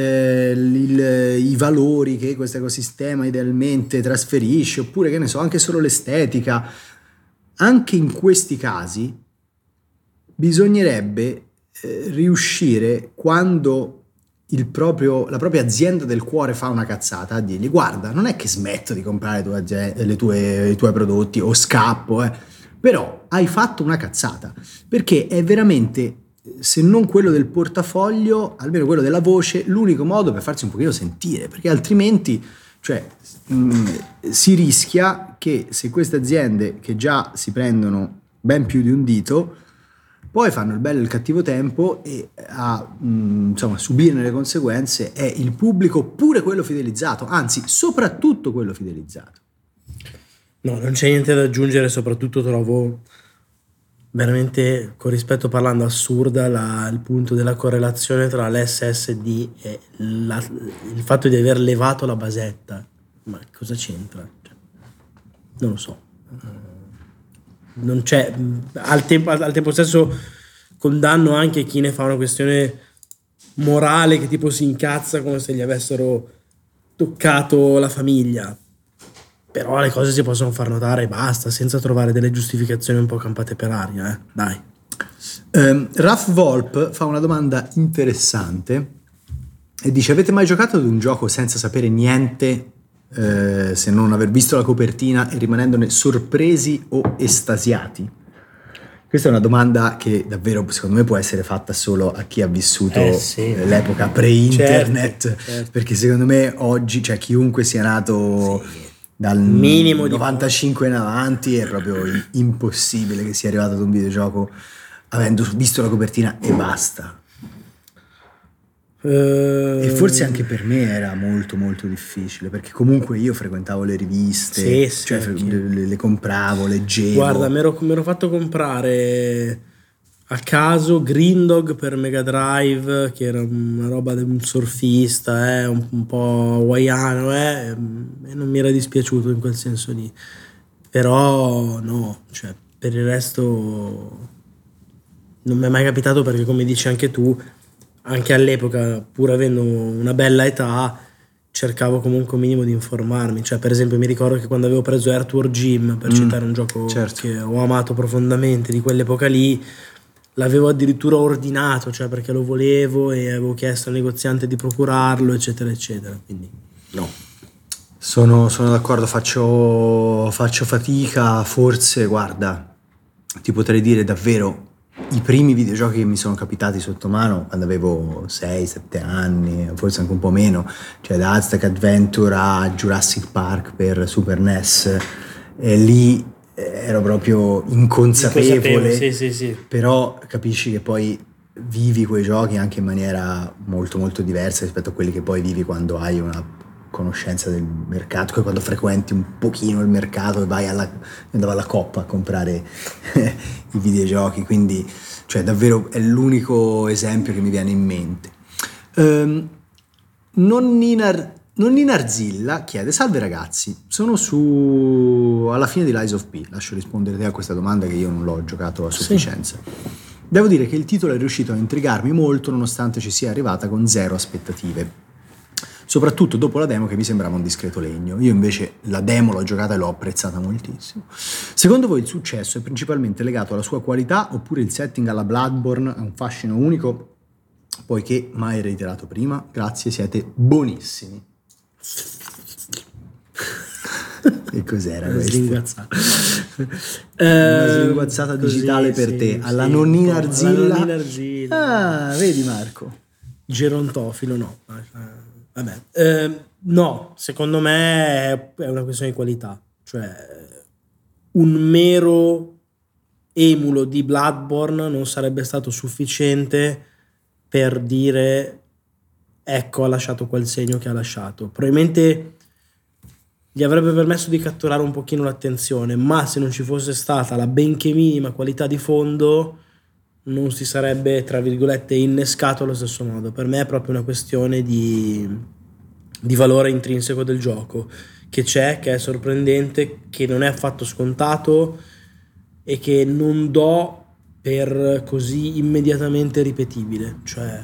i valori che questo ecosistema idealmente trasferisce, oppure che ne so, anche solo l'estetica. Anche in questi casi bisognerebbe riuscire, quando la propria azienda del cuore fa una cazzata, a dirgli: guarda, non è che smetto di comprare i tuoi prodotti o scappo, però hai fatto una cazzata, perché è veramente, se non quello del portafoglio, almeno quello della voce, l'unico modo per farsi un pochino sentire, perché altrimenti, cioè, si rischia che, se queste aziende che già si prendono ben più di un dito poi fanno il bello e il cattivo tempo, e a insomma subirne le conseguenze è il pubblico, pure quello fidelizzato, anzi soprattutto quello fidelizzato. No, non c'è niente da aggiungere, soprattutto trovo veramente, con rispetto parlando, assurda il punto della correlazione tra l'SSD e il fatto di aver levato la basetta. Ma cosa c'entra? Cioè, non lo so. Non c'è, al tempo stesso condanno anche chi ne fa una questione morale, che tipo si incazza come se gli avessero toccato la famiglia. Però le cose si possono far notare e basta, senza trovare delle giustificazioni un po' campate per aria, dai. Raf Volp fa una domanda interessante e dice: avete mai giocato ad un gioco senza sapere niente, se non aver visto la copertina, e rimanendone sorpresi o estasiati? Questa è una domanda che davvero, secondo me, può essere fatta solo a chi ha vissuto l'epoca pre-internet, certo. Perché secondo me oggi, cioè, chiunque sia nato dal minimo 95 in avanti, è proprio impossibile che sia arrivato ad un videogioco avendo visto la copertina e basta. E forse anche per me era molto molto difficile, perché comunque io frequentavo le riviste, Sì, cioè le compravo, leggevo. Guarda, mi ero fatto comprare a caso Green Dog per Mega Drive, che era una roba di un surfista, un po' hawaiano, e non mi era dispiaciuto in quel senso lì. Però no, cioè, per il resto non mi è mai capitato, perché come dici anche tu, anche all'epoca, pur avendo una bella età, cercavo comunque un minimo di informarmi. Cioè, per esempio, mi ricordo che quando avevo preso Earthworm Jim, per citare un gioco che ho amato profondamente di quell'epoca lì, l'avevo addirittura ordinato, cioè perché lo volevo e avevo chiesto al negoziante di procurarlo, eccetera eccetera. Quindi no. Sono d'accordo, faccio fatica, forse, guarda, ti potrei dire davvero i primi videogiochi che mi sono capitati sotto mano quando avevo 6-7 anni, forse anche un po' meno, cioè da Aztec Adventure a Jurassic Park per Super NES, e lì ero proprio inconsapevole, sì. però capisci che poi vivi quei giochi anche in maniera molto molto diversa rispetto a quelli che poi vivi quando hai una conoscenza del mercato, quando frequenti un pochino il mercato e andavo alla Coppa a comprare i videogiochi, quindi cioè davvero è l'unico esempio che mi viene in mente. Nonnina Arzilla chiede: salve ragazzi, sono alla fine di Lies of P. Lascio rispondere te a questa domanda, che io non l'ho giocato a sufficienza. Devo dire che il titolo è riuscito a intrigarmi molto, nonostante ci sia arrivata con zero aspettative, soprattutto dopo la demo, che mi sembrava un discreto legno. Io invece la demo l'ho giocata e l'ho apprezzata moltissimo. Secondo voi il successo è principalmente legato alla sua qualità, oppure il setting alla Bloodborne ha un fascino unico, poiché mai reiterato prima? Grazie, siete buonissimi. E cos'era questo? Una slinguazzata digitale per te, alla nonnina Arzilla. Ah, vedi Marco? Gerontofilo no. Vabbè, no, secondo me è una questione di qualità, cioè un mero emulo di Bloodborne non sarebbe stato sufficiente per dire ecco, ha lasciato quel segno che ha lasciato. Probabilmente gli avrebbe permesso di catturare un pochino l'attenzione, ma se non ci fosse stata la benché minima qualità di fondo non si sarebbe, tra virgolette, innescato allo stesso modo. Per me è proprio una questione di valore intrinseco del gioco, che c'è, che è sorprendente, che non è affatto scontato e che non do per così immediatamente ripetibile. Cioè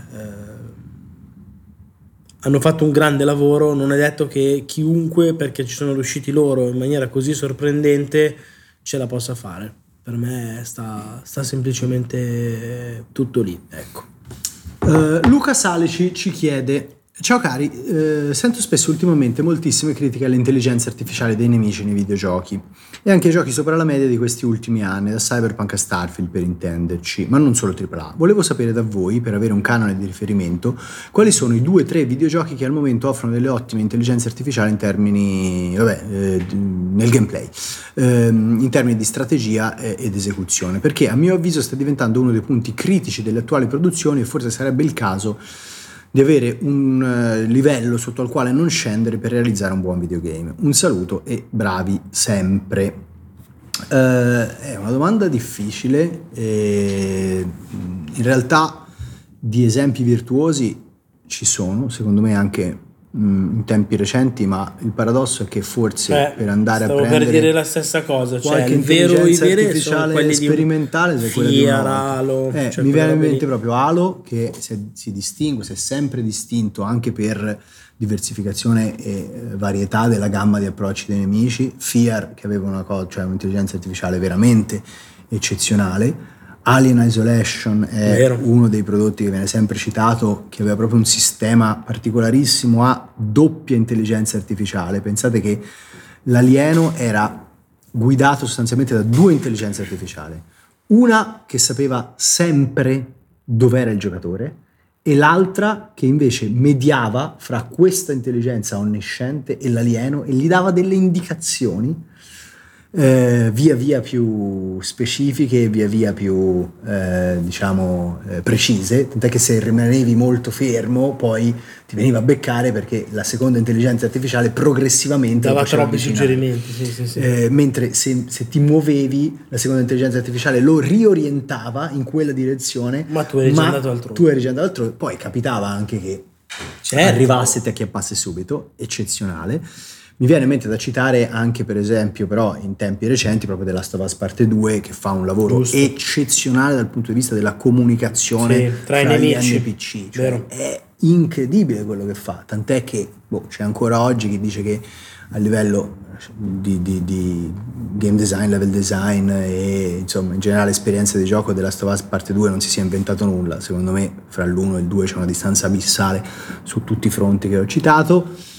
hanno fatto un grande lavoro, non è detto che chiunque, perché ci sono riusciti loro in maniera così sorprendente, ce la possa fare. Per me sta semplicemente tutto lì, ecco. Luca Salici ci chiede: ciao cari, sento spesso ultimamente moltissime critiche all'intelligenza artificiale dei nemici nei videogiochi e anche ai giochi sopra la media di questi ultimi anni, da Cyberpunk a Starfield per intenderci, ma non solo AAA. Volevo sapere da voi, per avere un canone di riferimento, quali sono i 2-3 videogiochi che al momento offrono delle ottime intelligenze artificiali in termini, nel gameplay, in termini di strategia ed esecuzione, perché a mio avviso sta diventando uno dei punti critici delle attuali produzioni e forse sarebbe il caso di avere un livello sotto al quale non scendere per realizzare un buon videogame. Un saluto e bravi sempre. È una domanda difficile e in realtà di esempi virtuosi ci sono, secondo me anche in tempi recenti, ma il paradosso è che forse per andare a prendere, per dire la stessa cosa, cioè il vero artificiale quelli sperimentale, di Fear, Halo, mi viene in mente proprio Halo, che si distingue, si è sempre distinto anche per diversificazione e varietà della gamma di approcci dei nemici. Fear, che aveva un'intelligenza artificiale veramente eccezionale. Alien Isolation è uno dei prodotti che viene sempre citato, che aveva proprio un sistema particolarissimo a doppia intelligenza artificiale. Pensate che l'alieno era guidato sostanzialmente da 2 intelligenze artificiali, una che sapeva sempre dov'era il giocatore e l'altra che invece mediava fra questa intelligenza onnisciente e l'alieno e gli dava delle indicazioni via via più specifiche, via via più precise, tant'è che se rimanevi molto fermo poi ti veniva a beccare, perché la seconda intelligenza artificiale progressivamente dava troppi suggerimenti, sì. mentre se ti muovevi, la seconda intelligenza artificiale lo riorientava in quella direzione, ma tu eri già andato altrove. Poi capitava anche che certo, arrivasse e ti acchiappasse subito, eccezionale. Mi viene in mente da citare anche, per esempio, però in tempi recenti, proprio The Last of Us Parte 2, che fa un lavoro eccezionale dal punto di vista della comunicazione tra i nemici. gli NPC. Cioè, è incredibile quello che fa, tant'è che c'è ancora oggi chi dice che a livello di game design, level design e insomma in generale esperienza di gioco The Last of Us Parte 2 non si sia inventato nulla. Secondo me fra l'1 e il 2 c'è una distanza abissale su tutti i fronti che ho citato.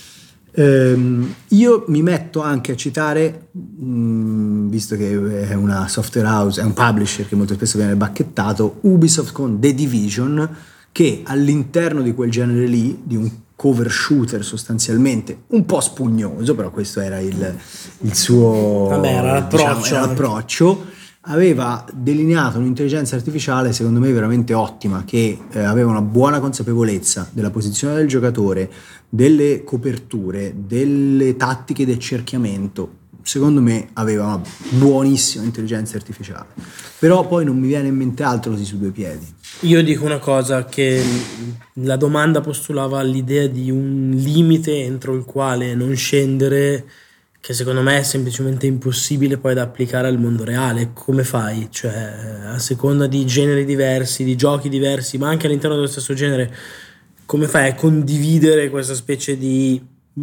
Io mi metto anche a citare, visto che è una software house, è un publisher che molto spesso viene bacchettato, Ubisoft con The Division, che all'interno di quel genere lì, di un cover shooter sostanzialmente un po' spugnoso, però questo era il suo l'approccio, aveva delineato un'intelligenza artificiale secondo me veramente ottima, che aveva una buona consapevolezza della posizione del giocatore, delle coperture, delle tattiche di accerchiamento. Secondo me aveva una buonissima intelligenza artificiale, però poi non mi viene in mente altro così su due piedi. Io dico una cosa, che la domanda postulava l'idea di un limite entro il quale non scendere, che secondo me è semplicemente impossibile poi da applicare al mondo reale. Come fai? Cioè, a seconda di generi diversi, di giochi diversi, ma anche all'interno dello stesso genere, come fai a condividere questa specie di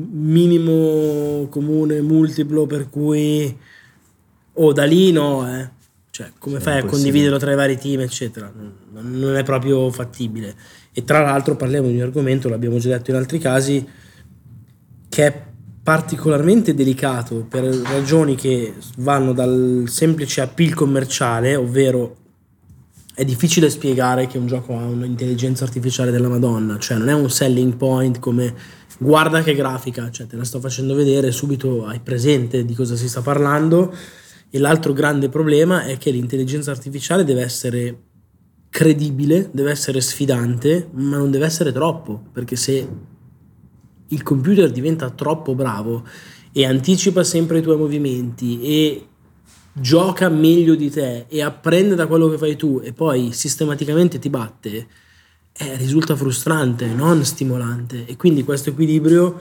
minimo comune multiplo per cui da lì no, cioè come fai a condividerlo tra i vari team eccetera? Non è proprio fattibile. E tra l'altro parliamo di un argomento, l'abbiamo già detto in altri casi, che è particolarmente delicato per ragioni che vanno dal semplice appeal commerciale, ovvero è difficile spiegare che un gioco ha un'intelligenza artificiale della Madonna, cioè non è un selling point come guarda che grafica, cioè te la sto facendo vedere, subito hai presente di cosa si sta parlando. E l'altro grande problema è che l'intelligenza artificiale deve essere credibile, deve essere sfidante, ma non deve essere troppo, perché se il computer diventa troppo bravo e anticipa sempre i tuoi movimenti e gioca meglio di te e apprende da quello che fai tu e poi sistematicamente ti batte, risulta frustrante, non stimolante. E quindi questo equilibrio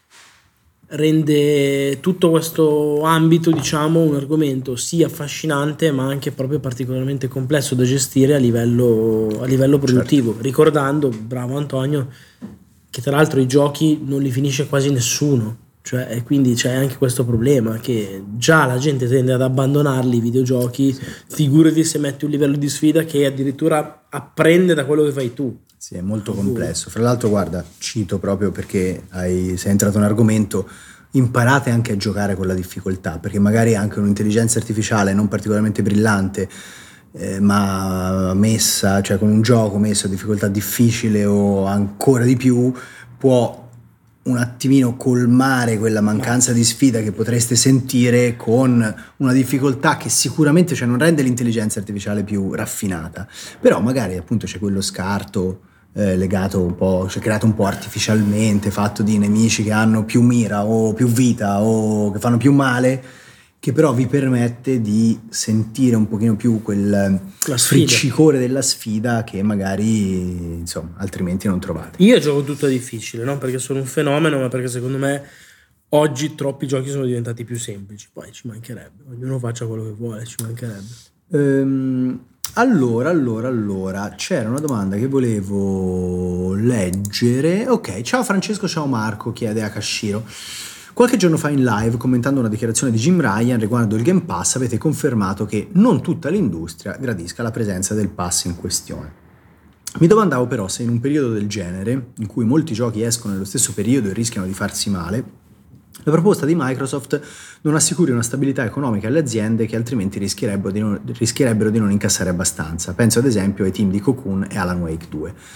rende tutto questo ambito, diciamo, un argomento sì affascinante ma anche proprio particolarmente complesso da gestire a livello produttivo. Certo. Ricordando, bravo Antonio, che tra l'altro i giochi non li finisce quasi nessuno, cioè, e quindi c'è anche questo problema che già la gente tende ad abbandonarli i videogiochi, figurati se metti un livello di sfida che addirittura apprende da quello che fai tu. Sì, è molto complesso. Fra l'altro, guarda, cito proprio perché sei entrato in un argomento, imparate anche a giocare con la difficoltà, perché magari anche un'intelligenza artificiale non particolarmente brillante, ma messa, cioè con un gioco messo a difficoltà difficile o ancora di più, può un attimino colmare quella mancanza di sfida che potreste sentire con una difficoltà che sicuramente, cioè, non rende l'intelligenza artificiale più raffinata, però magari appunto c'è quello scarto legato un po', cioè creato un po' artificialmente, fatto di nemici che hanno più mira o più vita o che fanno più male, che però vi permette di sentire un pochino più quel friccicore della sfida che magari insomma altrimenti non trovate. Io gioco tutto a difficile, non perché sono un fenomeno, ma perché secondo me oggi troppi giochi sono diventati più semplici. Poi ci mancherebbe, ognuno faccia quello che vuole, ci mancherebbe. Allora, c'era una domanda che volevo leggere. Ok, ciao Francesco, ciao Marco, chiede Akashiro. Qualche giorno fa in live, commentando una dichiarazione di Jim Ryan riguardo il Game Pass, avete confermato che non tutta l'industria gradisca la presenza del pass in questione. Mi domandavo però se in un periodo del genere, in cui molti giochi escono nello stesso periodo e rischiano di farsi male, la proposta di Microsoft non assicuri una stabilità economica alle aziende che altrimenti rischierebbero di non incassare abbastanza. Penso ad esempio ai team di Cocoon e Alan Wake 2.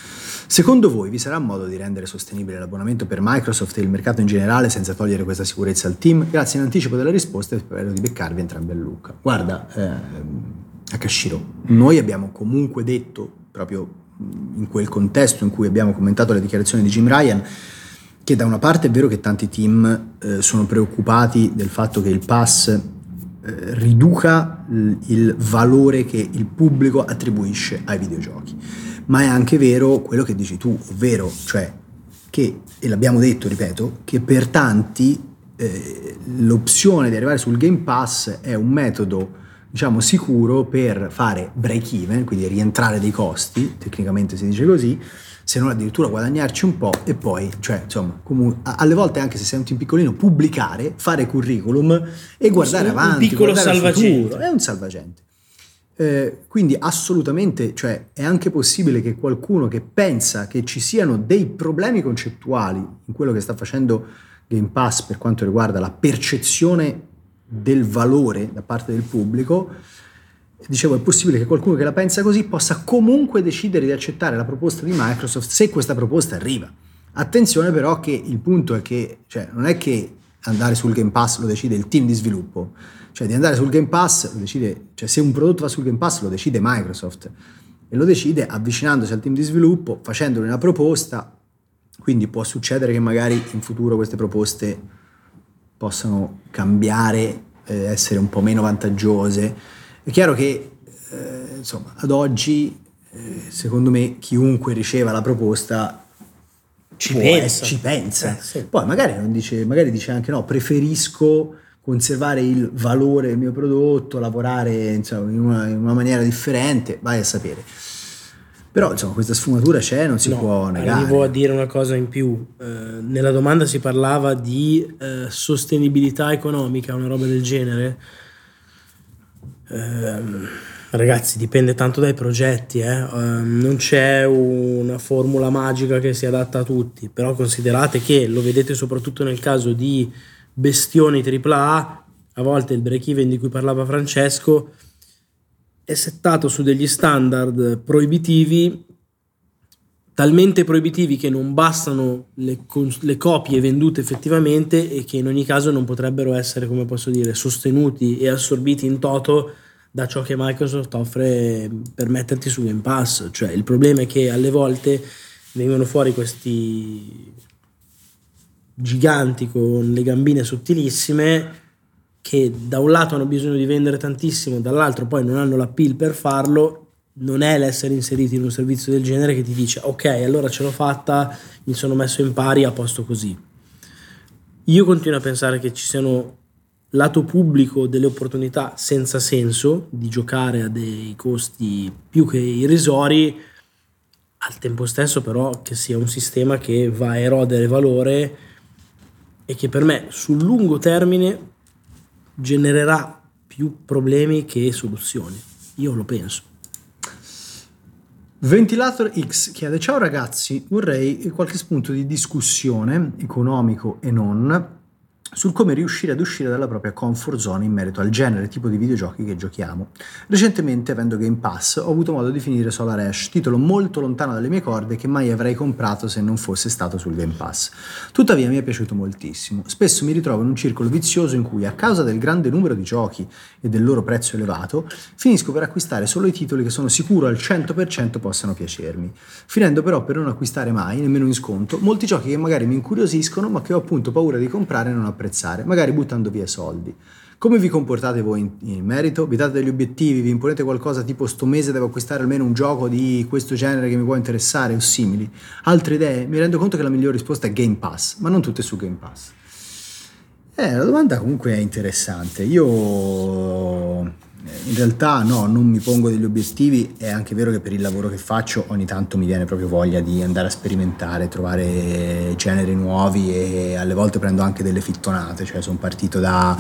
Secondo voi vi sarà modo di rendere sostenibile l'abbonamento per Microsoft e il mercato in generale senza togliere questa sicurezza al team? Grazie in anticipo della risposta e spero di beccarvi entrambi a Lucca. Guarda, Akashiro, noi abbiamo comunque detto, proprio in quel contesto in cui abbiamo commentato le dichiarazioni di Jim Ryan, che da una parte è vero che tanti team sono preoccupati del fatto che il pass riduca il valore che il pubblico attribuisce ai videogiochi, ma è anche vero quello che dici tu, ovvero cioè che, e l'abbiamo detto, ripeto, che per tanti l'opzione di arrivare sul Game Pass è un metodo, diciamo, sicuro per fare break even, quindi rientrare dei costi, tecnicamente si dice così, se non addirittura guadagnarci un po' e poi, cioè, insomma, alle volte anche se sei un team piccolino, pubblicare, fare curriculum e guardare avanti, un piccolo guardare salvagente. futuro. È un salvagente. Quindi assolutamente, cioè, è anche possibile che qualcuno che pensa che ci siano dei problemi concettuali in quello che sta facendo Game Pass per quanto riguarda la percezione del valore da parte del pubblico, dicevo, è possibile che qualcuno che la pensa così possa comunque decidere di accettare la proposta di Microsoft se questa proposta arriva. Attenzione però che il punto è che, cioè, non è che andare sul Game Pass lo decide il team di sviluppo, cioè di andare sul Game Pass lo decide, cioè se un prodotto va sul Game Pass lo decide Microsoft e lo decide avvicinandosi al team di sviluppo, facendole una proposta, quindi può succedere che magari in futuro queste proposte possano cambiare, essere un po' meno vantaggiose. È chiaro che insomma ad oggi secondo me chiunque riceva la proposta ci pensa. Sì. Poi magari dice anche no, preferisco conservare il valore del mio prodotto, lavorare insomma, in una maniera differente, vai a sapere. Però insomma questa sfumatura c'è, non si può negare. Arrivo a dire una cosa in più. Nella domanda si parlava di sostenibilità economica, una roba del genere. Ragazzi, dipende tanto dai progetti, non c'è una formula magica che si adatta a tutti, però considerate che, lo vedete soprattutto nel caso di bestioni AAA, a volte il break even di cui parlava Francesco è settato su degli standard proibitivi, talmente proibitivi che non bastano le copie vendute effettivamente e che in ogni caso non potrebbero essere, come posso dire, sostenuti e assorbiti in toto da ciò che Microsoft offre per metterti su Game Pass. Cioè il problema è che alle volte vengono fuori questi giganti con le gambine sottilissime che da un lato hanno bisogno di vendere tantissimo, dall'altro poi non hanno l'appeal per farlo. Non è l'essere inseriti in un servizio del genere che ti dice ok, allora ce l'ho fatta, mi sono messo in pari, a posto così. Io continuo a pensare che ci siano lato pubblico delle opportunità senza senso di giocare a dei costi più che irrisori, al tempo stesso però che sia un sistema che va a erodere valore e che per me sul lungo termine genererà più problemi che soluzioni. Io lo penso. Ventilator X chiede: ciao ragazzi, vorrei qualche spunto di discussione economico e non sul come riuscire ad uscire dalla propria comfort zone in merito al genere e tipo di videogiochi che giochiamo. Recentemente, avendo Game Pass, ho avuto modo di finire Solar Ash, titolo molto lontano dalle mie corde che mai avrei comprato se non fosse stato sul Game Pass. Tuttavia mi è piaciuto moltissimo. Spesso mi ritrovo in un circolo vizioso in cui, a causa del grande numero di giochi e del loro prezzo elevato, finisco per acquistare solo i titoli che sono sicuro al 100% possano piacermi, finendo però per non acquistare mai, nemmeno in sconto, molti giochi che magari mi incuriosiscono ma che ho appunto paura di comprare e non apprezzare, magari buttando via soldi. Come vi comportate voi in merito? Vi date degli obiettivi? Vi imponete qualcosa tipo sto mese devo acquistare almeno un gioco di questo genere che mi può interessare o simili? Altre idee? Mi rendo conto che la migliore risposta è Game Pass, ma non tutte su Game Pass. La domanda comunque è interessante. Io in realtà no, non mi pongo degli obiettivi. È anche vero che per il lavoro che faccio ogni tanto mi viene proprio voglia di andare a sperimentare, trovare generi nuovi e alle volte prendo anche delle fittonate. Cioè sono partito da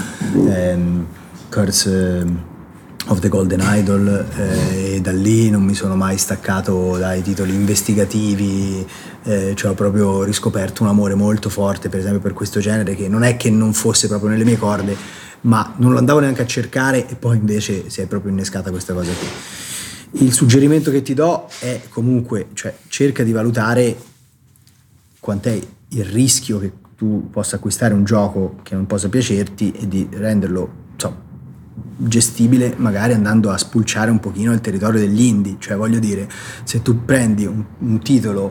Curse of the Golden Idol e da lì non mi sono mai staccato dai titoli investigativi. Cioè ho proprio riscoperto un amore molto forte per esempio per questo genere, che non è che non fosse proprio nelle mie corde, ma non lo andavo neanche a cercare e poi invece si è proprio innescata questa cosa qui. Il suggerimento che ti do è comunque, cioè, cerca di valutare quant'è il rischio che tu possa acquistare un gioco che non possa piacerti e di renderlo, insomma, gestibile, magari andando a spulciare un pochino il territorio degli indie. Cioè, voglio dire, se tu prendi un titolo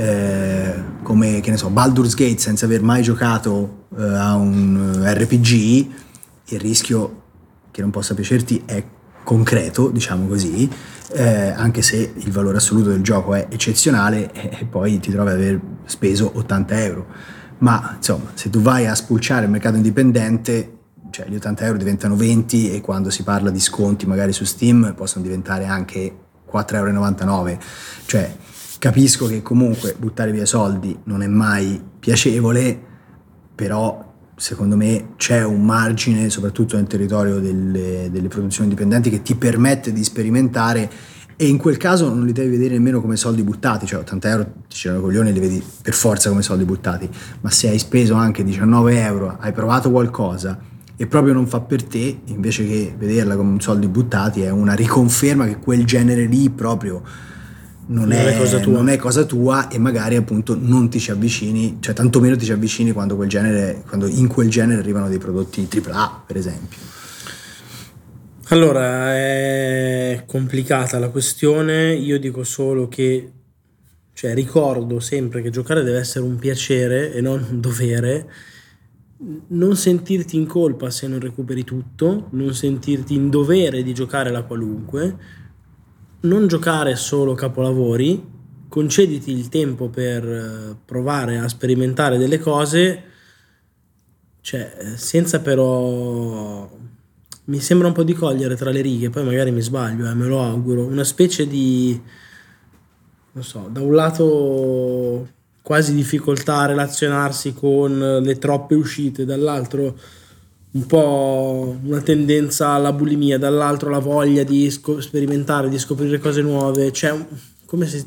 come, che ne so, Baldur's Gate, senza aver mai giocato a un RPG, il rischio che non possa piacerti è concreto, diciamo così, anche se il valore assoluto del gioco è eccezionale, e poi ti trovi ad aver speso 80 euro. Ma insomma, se tu vai a spulciare il mercato indipendente, cioè gli 80 euro diventano 20, e quando si parla di sconti magari su Steam possono diventare anche 4,99 euro. Cioè, capisco che comunque buttare via soldi non è mai piacevole, però secondo me c'è un margine, soprattutto nel territorio delle produzioni indipendenti, che ti permette di sperimentare, e in quel caso non li devi vedere nemmeno come soldi buttati. Cioè 80 euro ti girano i coglioni e li vedi per forza come soldi buttati, ma se hai speso anche 19 euro, hai provato qualcosa e proprio non fa per te, invece che vederla come soldi buttati, è una riconferma che quel genere lì proprio non è cosa tua, e magari appunto non ti ci avvicini, cioè tantomeno ti ci avvicini quando in quel genere arrivano dei prodotti AAA, per esempio. Allora, è complicata la questione. Io dico solo che, cioè, ricordo sempre che giocare deve essere un piacere e non un dovere. Non sentirti in colpa se non recuperi tutto, non sentirti in dovere di giocare la qualunque, non giocare solo capolavori, concediti il tempo per provare a sperimentare delle cose, cioè senza però, mi sembra un po' di cogliere tra le righe, poi magari mi sbaglio, me lo auguro, una specie di, non so, da un lato quasi difficoltà a relazionarsi con le troppe uscite, dall'altro un po' una tendenza alla bulimia, dall'altro la voglia di sperimentare, di scoprire cose nuove, cioè come se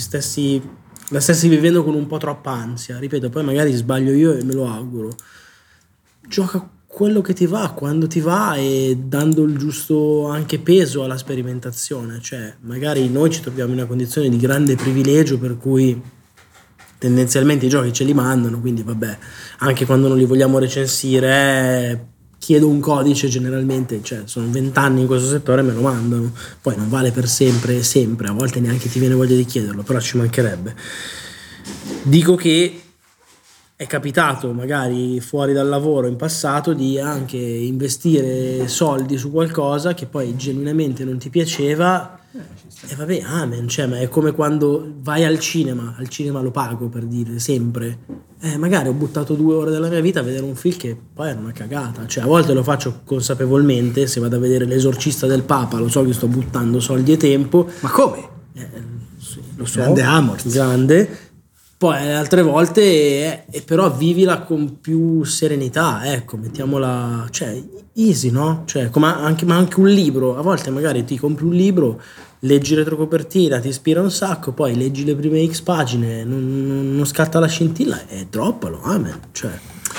la stessi vivendo con un po' troppa ansia. Ripeto, poi magari sbaglio io e me lo auguro. Gioca quello che ti va, quando ti va, e dando il giusto anche peso alla sperimentazione. Cioè magari noi ci troviamo in una condizione di grande privilegio per cui tendenzialmente i giochi ce li mandano, quindi vabbè, anche quando non li vogliamo recensire, chiedo un codice, generalmente, cioè sono 20 anni in questo settore, me lo mandano. Poi non vale per sempre, a volte neanche ti viene voglia di chiederlo, però ci mancherebbe. Dico che è capitato magari fuori dal lavoro in passato di anche investire soldi su qualcosa che poi genuinamente non ti piaceva, e vabbè, amen, cioè, ma è come quando vai al cinema lo pago, per dire, sempre. Magari ho buttato 2 ore della mia vita a vedere un film che poi era una cagata. Cioè, a volte lo faccio consapevolmente, se vado a vedere L'Esorcista del Papa lo so che sto buttando soldi e tempo. Ma come? Sì, lo so, grande Amor, grande. Poi altre volte però vivila con più serenità, ecco, mettiamola, cioè easy, no? Cioè, ma anche un libro, a volte magari ti compri un libro, leggi retrocopertina, ti ispira un sacco, poi leggi le prime X pagine, non scatta la scintilla e droppalo, amen. Cioè,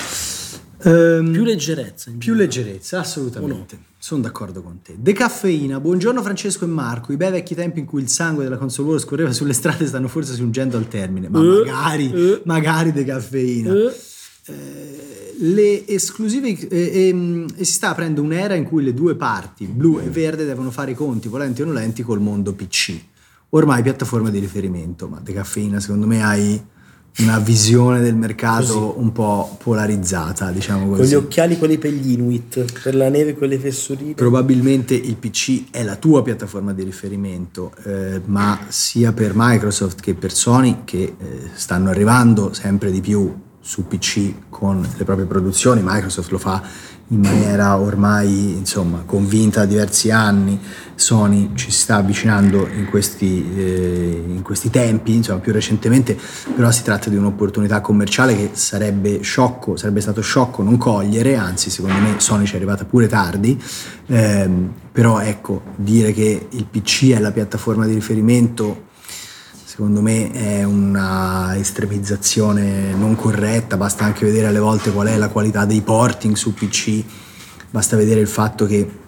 più leggerezza. Più leggerezza, assolutamente. Sono d'accordo con te. Decaffeina, buongiorno Francesco e Marco. I bei vecchi tempi in cui il sangue della console war scorreva sulle strade stanno forse giungendo al termine. Ma magari Decaffeina. Le esclusive e si sta aprendo un'era in cui le due parti, blu e verde, devono fare i conti, volenti o nolenti, col mondo PC. Ormai piattaforma di riferimento. Ma Decaffeina, secondo me hai una visione del mercato così, un po' polarizzata, diciamo così. Con gli occhiali, quelli per gli Inuit, per la neve, con le fessurine. Probabilmente il PC è la tua piattaforma di riferimento, ma sia per Microsoft che per Sony, che stanno arrivando sempre di più su PC con le proprie produzioni. Microsoft lo fa in maniera ormai, insomma, convinta da diversi anni. Sony ci sta avvicinando in questi tempi, insomma, più recentemente, però si tratta di un'opportunità commerciale che sarebbe stato sciocco non cogliere, anzi secondo me Sony ci è arrivata pure tardi, però ecco, dire che il PC è la piattaforma di riferimento secondo me è una estremizzazione non corretta. Basta anche vedere alle volte qual è la qualità dei porting su PC, basta vedere il fatto che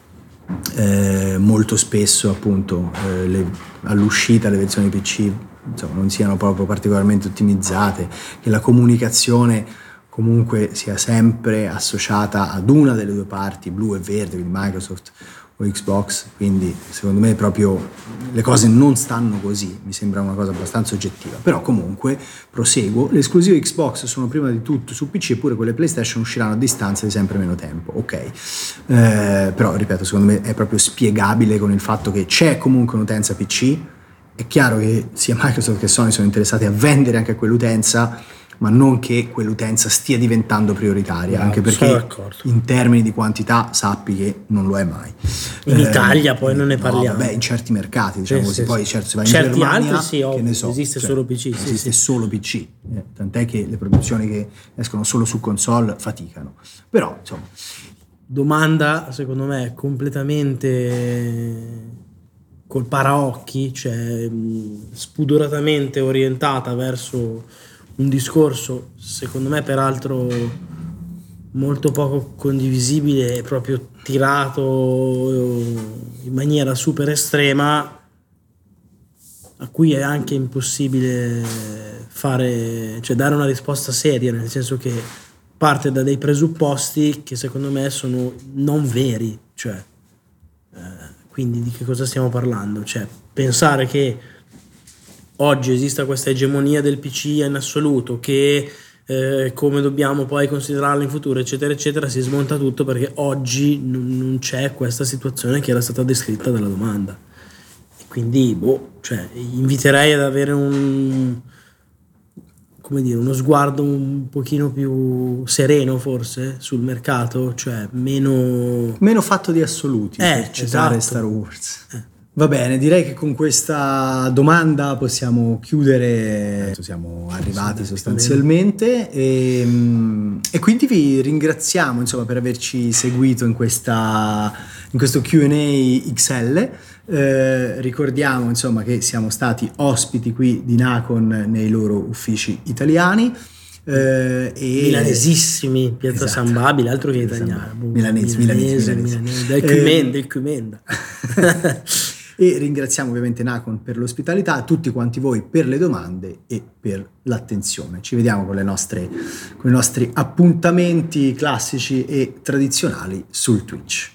molto spesso appunto all'uscita le versioni PC insomma, non siano proprio particolarmente ottimizzate, che la comunicazione comunque sia sempre associata ad una delle due parti, blu e verde, quindi Microsoft o Xbox, quindi secondo me proprio le cose non stanno così, mi sembra una cosa abbastanza oggettiva, però comunque proseguo, le esclusive Xbox sono prima di tutto su PC e pure quelle PlayStation usciranno a distanza di sempre meno tempo, ok, però ripeto, secondo me è proprio spiegabile con il fatto che c'è comunque un'utenza PC, è chiaro che sia Microsoft che Sony sono interessati a vendere anche a quell'utenza, ma non che quell'utenza stia diventando prioritaria, anche perché in termini di quantità sappi che non lo è mai. In Italia poi non ne parliamo. Vabbè, in certi mercati, diciamo così, poi certo se vai certi in Germania, altri che ne so, esiste solo PC. Esiste solo PC, tant'è che le produzioni che escono solo su console faticano. Però, insomma. Domanda, secondo me, completamente col paraocchi, cioè spudoratamente orientata verso un discorso, secondo me peraltro molto poco condivisibile e proprio tirato in maniera super estrema, a cui è anche impossibile dare una risposta seria, nel senso che parte da dei presupposti che secondo me sono non veri, cioè quindi di che cosa stiamo parlando? Cioè pensare che oggi esista questa egemonia del PC in assoluto, che come dobbiamo poi considerarla in futuro, eccetera, eccetera, si smonta tutto perché oggi non c'è questa situazione che era stata descritta dalla domanda. E quindi, inviterei ad avere uno sguardo un pochino più sereno forse sul mercato, cioè meno fatto di assoluti, per citare Star Wars. Va bene, direi che con questa domanda possiamo chiudere, siamo arrivati sostanzialmente e quindi vi ringraziamo insomma per averci seguito in questo Q&A XL. Ricordiamo insomma che siamo stati ospiti qui di Nacon nei loro uffici italiani. Milanesissimi, Piazza San Babile, altro che italiano. Milanese. Del Cumenda. E ringraziamo ovviamente Nacon per l'ospitalità, tutti quanti voi per le domande e per l'attenzione. Ci vediamo con i nostri appuntamenti classici e tradizionali sul Twitch.